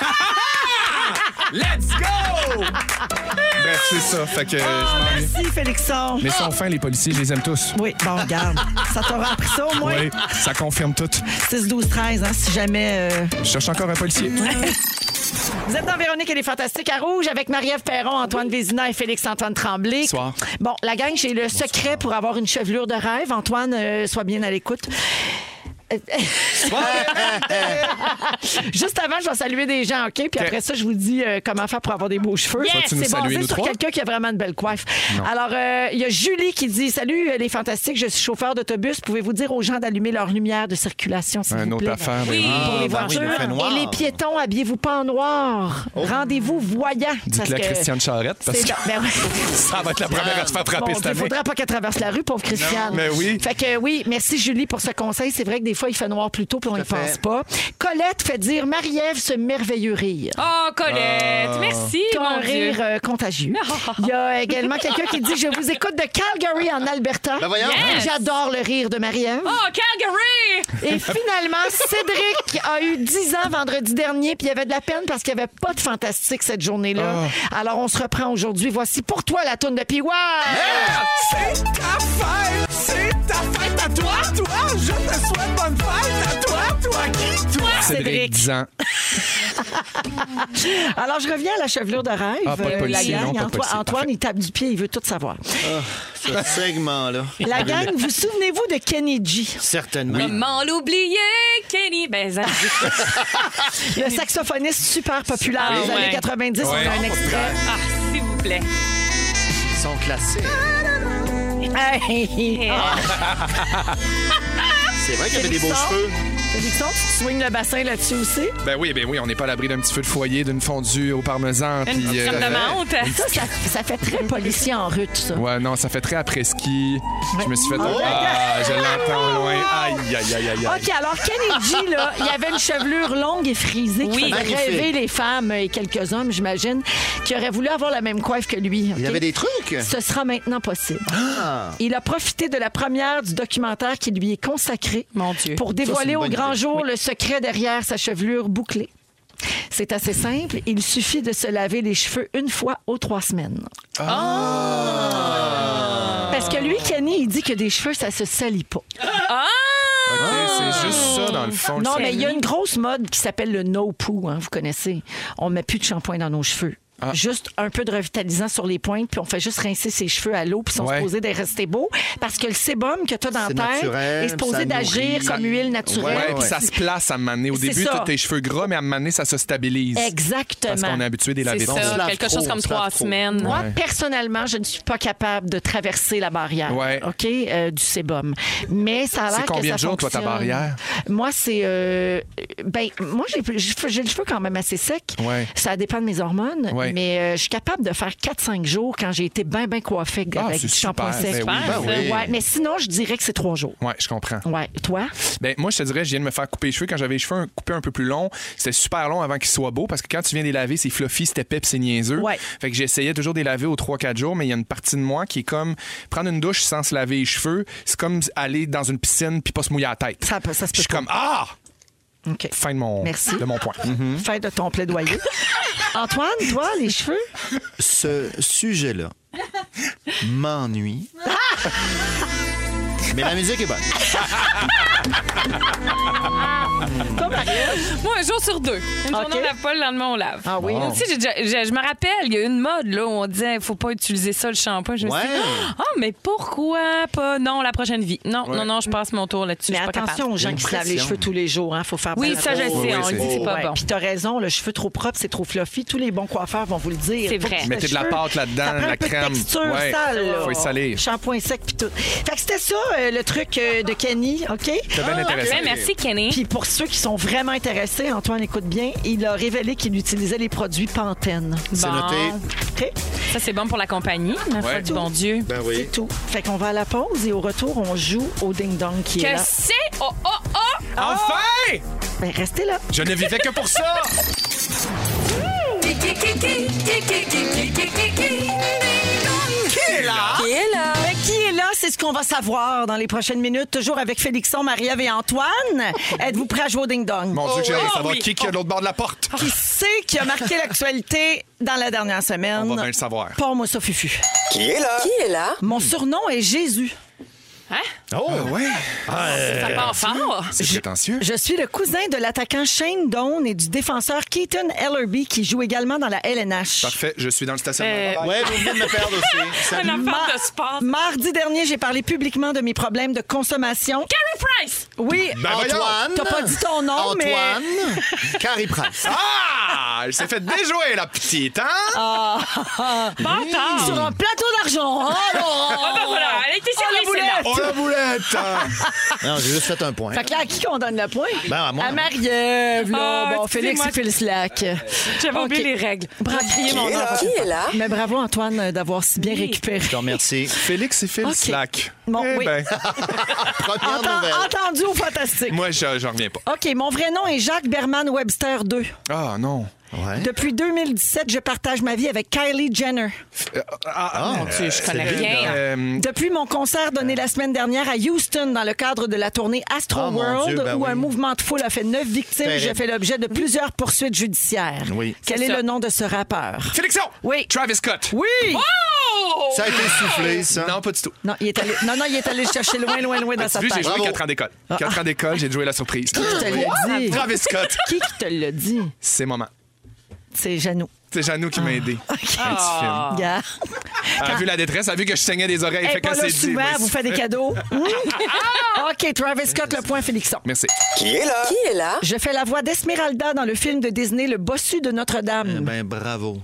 Ouais. Let's go! Bref, c'est ça. Fait que, oh, merci, Félixon. Mais ils sont fins, les policiers, je les aime tous. Oui, bon, regarde. Ça t'aura appris ça, au moins? Oui, ça confirme tout. six douze treize, hein, si jamais... Euh... Je cherche encore un policier. Vous êtes dans Véronique et les Fantastiques à Rouge avec Marie-Ève Perron, Antoine Vézina et Félix-Antoine Tremblay. Bonsoir. Bon, la gang, j'ai le secret pour avoir une chevelure de rêve. Antoine, euh, sois bien à l'écoute. Juste avant, je vais saluer des gens, OK? Puis Okay. après ça, je vous dis euh, comment faire pour avoir des beaux cheveux. Yes. Vas-tu nous C'est saluer, basé nous sur trois? quelqu'un qui a vraiment une belle coiffe. Non. Alors, euh, il y a Julie qui dit « Salut euh, les fantastiques, je suis chauffeur d'autobus. Pouvez-vous dire aux gens d'allumer leur lumière de circulation, s'il Un vous autre plaît? » affaire. Oui. ben Pour les ben oui, voitures. il fait noir. Et les piétons, habillez-vous pas en noir. Rendez-vous voyant. Dites-le à parce que Christiane Charette, parce c'est que dans- ben oui. ça va être la première à se faire frapper Bon, cette il année. faudra pas qu'elle traverse la rue, pauvre Christiane. Mais oui. Fait que oui, merci Julie pour ce conseil. C'est vrai que des fois, il fait noir plus tôt puis on n'y Tout à pense fait. pas. Colette fait dire Marie-Ève ce merveilleux rire. Oh, Colette, Ah. merci, T'as un mon Dieu. rire euh, contagieux. Il y a également quelqu'un qui dit « Je vous écoute de Calgary en Alberta. Ben voyons. Yes. J'adore le rire de Marie-Ève. Oh, Calgary! Et finalement, Cédric a eu dix ans vendredi dernier, puis il avait de la peine parce qu'il n'y avait pas de fantastique cette journée-là. Alors, on se reprend aujourd'hui. Voici pour toi la toune de P Y. C'est ta fête! C'est ta fête à toi, toi! Je te souhaite bonne fête à toi, toi qui? Toi! Cédric. Cédric, dix ans. Alors, je reviens à la chevelure de rêve. Ah, pas de Euh, la policier, gang, non, pas de Antoine, policier. Antoine, Parfait. il tape du pied, il veut tout savoir. Ce segment-là. La gang, vous souvenez-vous de Kenny G? Certainement. Comment l'oublier, Kenny? Ben, ça Le saxophoniste super populaire Ah, des ouais. années quatre-vingt-dix. Ouais. On a un extrait. Ah, s'il vous plaît. Ils sont classés. Hey! C'est vrai qu'il y avait des beaux Félixon. cheveux. Félixon, tu swings le bassin là-dessus aussi? Ben oui, ben oui, on n'est pas à l'abri d'un petit feu de foyer, d'une fondue au parmesan. Une puis, crème euh, de menthe. Ça, ça, ça fait très policier en rut, ça. Ouais, non, ça fait très après-ski. Je me suis fait... Oh! Ah, je l'entends au loin. Aïe, aïe, aïe, aïe, aïe. OK, alors Kenny G, là, il avait une chevelure longue et frisée qui Oui. faisait Magnifique. rêver les femmes et quelques hommes, j'imagine, qui auraient voulu avoir la même coiffe que lui. Il y OK? avait des trucs. Ce sera maintenant possible. Ah. Il a profité de la première du documentaire qui lui est consacré Mon Dieu. pour c'est dévoiler une au bonne grand idée. jour le secret derrière sa chevelure bouclée. C'est assez simple. Il suffit de se laver les cheveux une fois aux trois semaines. Parce que lui, Kenny, il dit que des cheveux, ça se salit pas. Ah! OK, c'est juste ça, dans le fond. Non, le mais il y a Kenny. une grosse mode qui s'appelle le no-poo, hein, vous connaissez. On met plus de shampoing dans nos cheveux. Ah. Juste un peu de revitalisant sur les pointes, puis on fait juste rincer ses cheveux à l'eau, puis ils sont Ouais. supposés de rester beaux. Parce que le sébum que tu as dans la C'est tête naturel, est supposé ça d'agir nourrit. comme huile naturelle. Ouais, puis ça se place à un moment donné. Au C'est début, ça. tu as tes cheveux gras, mais à un moment donné, ça se stabilise. Exactement. Parce qu'on est habitué des laver C'est de on se ça, lave quelque trop, chose comme on se lave trois trop. semaines. Moi, Ouais. personnellement, je ne suis pas capable de traverser la barrière, Ouais. OK, euh, du sébum. Mais ça a l'air C'est que combien ça de jours, toi, ta fonctionne. barrière? Moi, c'est... euh, ben, moi, j'ai j'ai j'ai le cheveu quand même assez sec. Ouais. Ça dépend de mes hormones. Ouais. Mais euh, je suis capable de faire quatre cinq jours quand j'ai été bien, bien coiffée Ah, avec c'est du shampoing super. sec. Ben oui, ben oui. Ouais, mais sinon, je dirais que c'est trois jours. Ouais, je comprends. Ouais. Toi? Ben, moi, je te dirais, je viens de me faire couper les cheveux. Quand j'avais les cheveux un- coupés un peu plus longs, c'était super long avant qu'ils soient beaux parce que quand tu viens de les laver, c'est fluffy, c'était épais, puis c'est niaiseux. Ouais. Fait que j'essayais toujours de les laver aux trois quatre jours, mais il y a une partie de moi qui est comme prendre une douche sans se laver les cheveux, c'est comme aller dans une piscine puis pas se mouiller la tête. Ça peut- ça se Je suis peut comme ah! OK. Fin de mon, Merci. de mon point. Fin de ton plaidoyer. Antoine, toi, les cheveux? Ce sujet-là m'ennuie. Mais la musique est bonne. Toi, Marie-Ève? Moi, un jour sur deux. Une OK. journée, on lave pas, le lendemain, on lave. Ah oui? Bon. Moi aussi, j'ai déjà- j'ai- je me rappelle, il y a une mode là, où on disait faut pas utiliser ça, le shampoing. Je me suis Ouais. dit, ah, mais pourquoi pas? Non, la prochaine vie. Non, non, non, je passe mon tour là-dessus. Mais je suis pas attention capable. aux gens qui se lavent les L'impression. cheveux tous les jours. Il faut faire Oui, bien ça, je attention. sais. Oui, on oui, le dit, c'est- c'est pas Ouais. bon. Puis t'as raison, le cheveu trop propre, c'est trop fluffy. Tous les bons coiffeurs vont vous le dire. C'est Faut vrai. que Mettez de la cheveux- pâte là-dedans, ça prend de un la peu crème. De texture Ouais. sale, là. Faut y salir. Shampoing sec puis tout. Fait que c'était ça, euh, le truc euh, de Kenny, OK? C'est bien intéressant. Ben, merci, Kenny. Puis pour ceux qui sont vraiment intéressés, Antoine écoute bien, il a révélé qu'il utilisait les produits Pantene. C'est Bon. noté. OK? Ça, c'est bon pour la compagnie, ma foi Ouais. du bon Dieu. Ben C'est oui. tout. Fait qu'on va à la pause et au retour, on joue au ding-dong qui est Que là. c'est? Oh, oh, oh! Enfin! Ben, restez là. Je ne vivais que pour ça! Qui est là? Ben, qui est là? C'est ce qu'on va savoir dans les prochaines minutes. Toujours avec Félixon, Marie-Ève et Antoine. Êtes-vous prêts à jouer au ding-dong? Mon Dieu, j'ai hâte de oh, savoir oui. qui qui est de l'autre bord de la porte. Qui c'est qui a marqué l'actualité dans la dernière semaine? On va bien le savoir. Pas moi ça, Fufu. Qui est là? Qui est là? Mon surnom est Jésus. Hein? Oh, Ah ouais. Ça part fort. C'est prétentieux. Je suis le cousin de l'attaquant Shane Doan et du défenseur Keaton Ellerby qui joue également dans la L N H. Parfait, je suis dans le stationnement. Euh, Bye-bye. Ouais, vous venez de me perdre aussi. Un Salut. affaire de sport. Mardi dernier, j'ai parlé publiquement de mes problèmes de consommation. Carrie Price! Oui, Ben voyons. Antoine. t'as pas dit ton nom, Antoine. Carrie Price. Ah! Elle s'est fait déjouer, la petite, hein? Bâtard! sur un plateau d'argent. Oh, là! Ah ben voilà, elle a été Oh, la servie, celle-là. Oh, la boulette! Non, j'ai juste fait un point. Fait que là, à qui qu'on donne le point? Ben, à moi. À Marie-Ève, là. Ah, bon, Félix, excusez-moi. il fait le slack. J'avais OK. oublié les règles. Bravo. Crier mon nom. Qui est là? Mais bravo, Antoine, d'avoir si bien récupéré. Je te remercie. Félix et Phil OK. Slack. Bon, eh oui. ben, Première Enten- nouvelle. entendu au fantastique. moi, je- j'en reviens pas. OK, mon vrai nom est Jacques Berman Webster deux. Ah, non. Ouais. Depuis deux mille dix-sept, je partage ma vie avec Kylie Jenner. Ah, Mon Dieu, je connais c'est- rien. euh, Depuis mon concert donné la semaine dernière à Houston dans le cadre de la tournée Astro Oh, mon World, Dieu, ben où oui. un mouvement de foule a fait neuf victimes, Terrible. j'ai fait l'objet de plusieurs poursuites judiciaires. Oui. Quel C'est est ça. le nom de ce rappeur? Félixon! Oui. Travis Scott. Oui! Oh! Ça a été soufflé, ça. Non, pas du tout. Non, il est allé, non, non, il est allé le chercher loin, loin, loin dans Tu sa vu, j'ai tête. joué Bravo. quatre ans d'école. quatre ans d'école, j'ai joué la surprise. Qui te l'a dit? Travis Scott. Qui qui te l'a dit? C'est maman. C'est Janou. C'est Janou qui m'a aidé. Un petit film. Gars. Elle a vu la détresse, elle a vu que je saignais des oreilles. Elle fait n'est pas qu'elle là s'est dit, souvent, oui, vous faites des cadeaux. Hum? OK, Travis Scott, le point Félixon. Merci. Qui est là? Qui est là? Je fais la voix d'Esmeralda dans le film de Disney Le Bossu de Notre-Dame. Ben, bravo.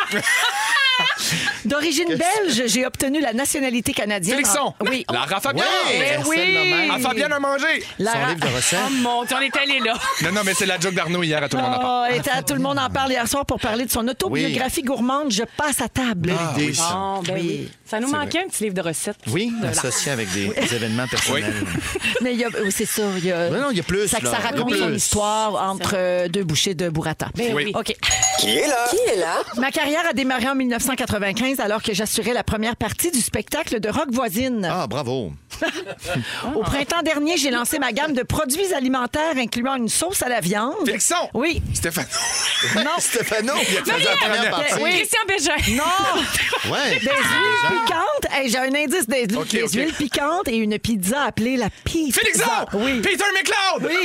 D'origine belge, j'ai obtenu la nationalité canadienne. Félixon. Ah, oui. Lara Fabian. Eh Marcel oui. Lemay. Ah, Fabienne a mangé. La- Son livre de recettes. Oh mon Dieu, on est allé là. Non, non, mais c'est la joke d'Arnaud hier à tout le monde en parle. Oh, et à tout le monde en parle hier soir pour parler de son autobiographie gourmande. Je passe à table. Ah, Idée, ça. Oh, ben oui. Ça nous C'est manquait un petit livre de recettes. Oui, associé avec des, des événements personnels. Mais il y a, oui, c'est ça. Il y a, Mais non, il y a plus, Ça, que là. ça Il y a raconte plus. son histoire entre euh, deux bouchées de burrata. Ben oui. OK. Qui est là? Qui est là? Ma carrière a démarré en dix-neuf cent quatre-vingt-quinze alors que j'assurais la première partie du spectacle de Rock Voisine. Ah, bravo. Au printemps dernier, j'ai lancé ma gamme de produits alimentaires incluant une sauce à la viande. Félixon. Oui. Stéphane. Non. Stéphano, il a fait la Marielle. première partie. Oui. Christian Bégin. Non! Ouais. Des huiles piquantes. Hey, j'ai un indice des, OK, des OK. huiles piquantes et une pizza appelée la pizza. Félixon. Oui. Peter McLeod. Oui.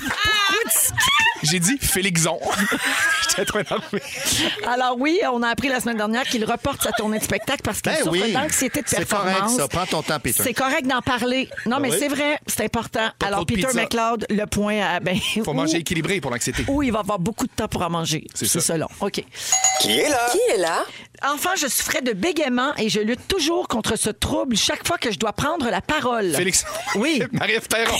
J'ai dit Félixon. J'étais trop énervé. Alors oui, on a appris la semaine dernière qu'il reporte sa tournée de spectacle parce qu'il Ben souffre oui. d'anxiété de C'est performance. correct, ça. Prends ton temps, Peter. C'est correct d'en parler. Non, mais oui. c'est vrai, c'est important. Pas Alors, trop de Peter pizza. McLeod, le point à... Ben, Faut où- manger équilibré pour l'anxiété. où il va avoir beaucoup de temps pour en manger. C'est C'est ça. ça, long. OK. Qui est là? Qui est là? Enfant, je souffrais de bégaiement et je lutte toujours contre ce trouble chaque fois que je dois prendre la parole. Félixon. Oui. Marie-Ève Perron.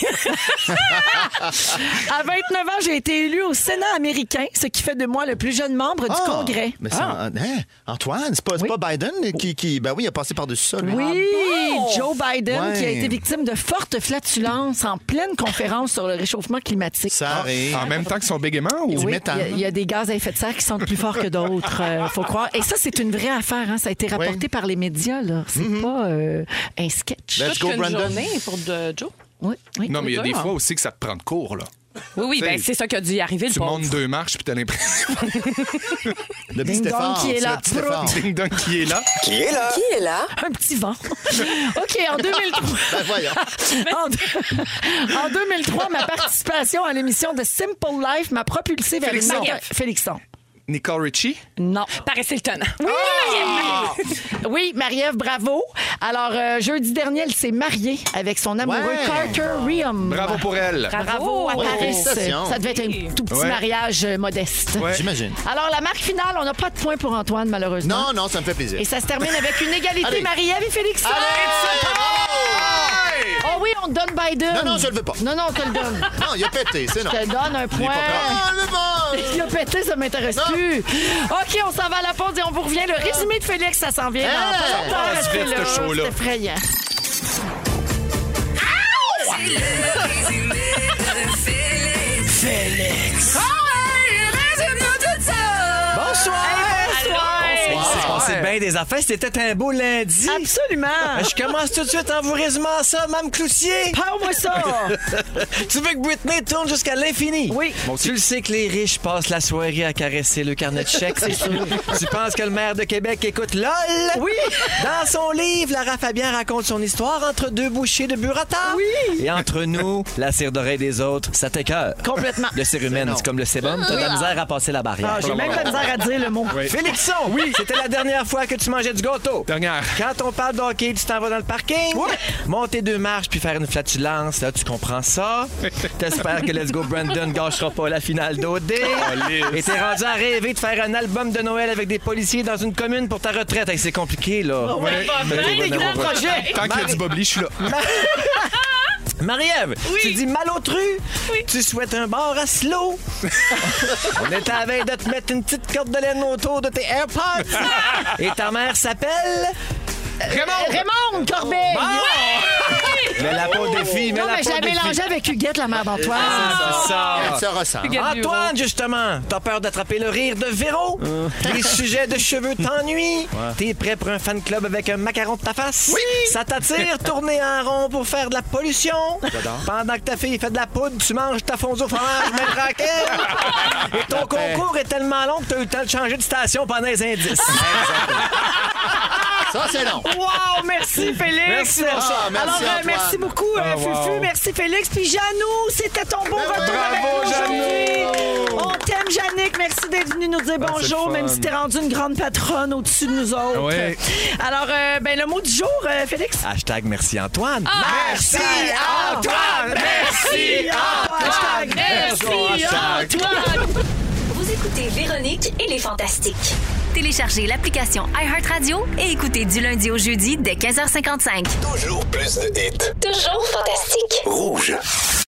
À vingt-neuf ans, j'ai été élu au Sénat américain, ce qui fait de moi le plus jeune membre du Ah, Congrès. Mais c'est hein, Antoine, c'est pas, c'est Oui. pas Biden qui, qui. Ben oui, il a passé par-dessus ça, lui. Oui, Joe Biden Ouais. qui a été victime de fortes flatulences en pleine conférence sur le réchauffement climatique. Ça arrive. En même temps que son bégaiement ou. Oui, méthane. il y a- il y, a des gaz à effet de serre qui sont plus forts que d'autres, euh, faut croire. Et ça, c'est une vraie affaire. Hein? Ça a été rapporté Oui. par les médias. Là. C'est pas euh, un sketch. Let's Toute go, une Brandon. journée pour de Joe. Oui, oui. Non, mais il y a des dur. fois aussi que ça te prend de cours, là. Oui, oui, ben T'sais, c'est ça qui a dû y arriver, le Tu pauvre. montes deux marches puis t'as l'impression. Le petit Ding dong Stéphane. qui est c'est là. le petit Stéphane. Ding dong qui est là. Qui est là? Qui est là? Un petit vent. OK, en deux mille trois. Ben voyons. En, deux- en deux mille trois, ma participation à l'émission de Simple Life m'a propulsé vers Félixon. une... Félixon. Nicole Richie. Non. Paris Hilton. Oui, oui, Marie-Ève, bravo. Alors, euh, jeudi dernier, elle s'est mariée avec son amoureux Ouais. Carter Rium. Bravo pour elle. Bravo à Oh, Paris. félicitations. Ça devait être un tout petit Ouais. mariage euh, modeste. Ouais. J'imagine. Alors, la marque finale, on n'a pas de point pour Antoine, malheureusement. Non, non, ça me fait plaisir. Et ça se termine avec une égalité, Allez. Marie-Ève et Félix. Oh oui, on te donne Biden. Non, non, je le veux pas. Non, non, on te le donne. Non, il a pété, c'est non. Je te donne un point. Ah, le bon! Il a pété, ça m'intéresse Non. plus. OK, on s'en va à la pause et on vous revient. Le résumé de Félix, ça s'en vient dans Hey! pas longtemps. Ah, Restez c'est là. ce show-là. C'est effrayant. Bonsoir! Bonsoir. Bonsoir. C'est bien des affaires. C'était un beau lundi. Absolument. Je commence tout de suite en vous résumant ça, Mme Cloutier. Parle-moi ça. Tu veux que Britney tourne jusqu'à l'infini? Oui. Tu le sais que les riches passent la soirée à caresser le carnet de chèques, c'est sûr. Tu penses que le maire de Québec écoute LOL? Oui. Dans son livre, Lara Fabian raconte son histoire entre deux bouchées de burrata. Oui. Et entre nous, la cire d'oreille des autres, ça t'écoeure. Complètement. Le cérumen, c'est comme le sébum, t'as de la misère à passer la barrière. Ah, j'ai même de la misère à dire le mot. Oui. Félixon, oui, c'était la dernière fois que tu mangeais du gâteau. Dernière. Quand on parle de hockey, tu t'en vas dans le parking, monter deux marches puis faire une flatulence, là, tu comprends ça. T'espères que Let's Go Brandon gâchera pas la finale d'O D. Oh, Et t'es rendu à rêver de faire un album de Noël avec des policiers dans une commune pour ta retraite. Hey, c'est compliqué, là. Oui, Mais des t'es grands bon, projets. Tant qu'il y a du bobli, je suis là. Marie-Ève, tu dis malotru, tu souhaites un bar à slow. On est à la veille de te mettre une petite corde de laine autour de tes AirPods. Et ta mère s'appelle... Raymond! Raymond Corbeil. Mais la peau des filles, mais Non, la mais peau je l'ai des mélangé filles. avec Huguette, la mère d'Antoine. C'est ça. Elle se ressemble. Antoine, justement, t'as peur d'attraper le rire de Véro? Les sujets de cheveux t'ennuient? T'es prêt pour un fan club avec un macaron de ta face? Oui! Ça t'attire tourner en rond pour faire de la pollution? Pendant que ta fille fait de la poudre, tu manges ta fondue au fromage, mais tranquille. Et ton concours est tellement long que t'as eu le temps de changer de station pendant les indices. Ça, c'est long. Wow, merci Félix. Merci, Ah, merci, Alors, euh, Antoine. merci beaucoup, euh, Ah, wow. Fufu. Merci Félix. Puis Janou, c'était ton beau retour bravo, avec nous Janou. aujourd'hui. On t'aime, Jannick. Merci d'être venu nous dire Ah, c'est bonjour, le même fun. si t'es rendu une grande patronne au-dessus de nous autres. Oui. Alors, euh, ben, le mot du jour, euh, Félix. Hashtag merci Antoine. Merci Antoine. Merci Antoine. Merci Antoine. Vous écoutez Véronique et les Fantastiques. Téléchargez l'application iHeartRadio et écoutez du lundi au jeudi dès quinze heures cinquante-cinq. Toujours plus de hits. Toujours fantastique. Rouge.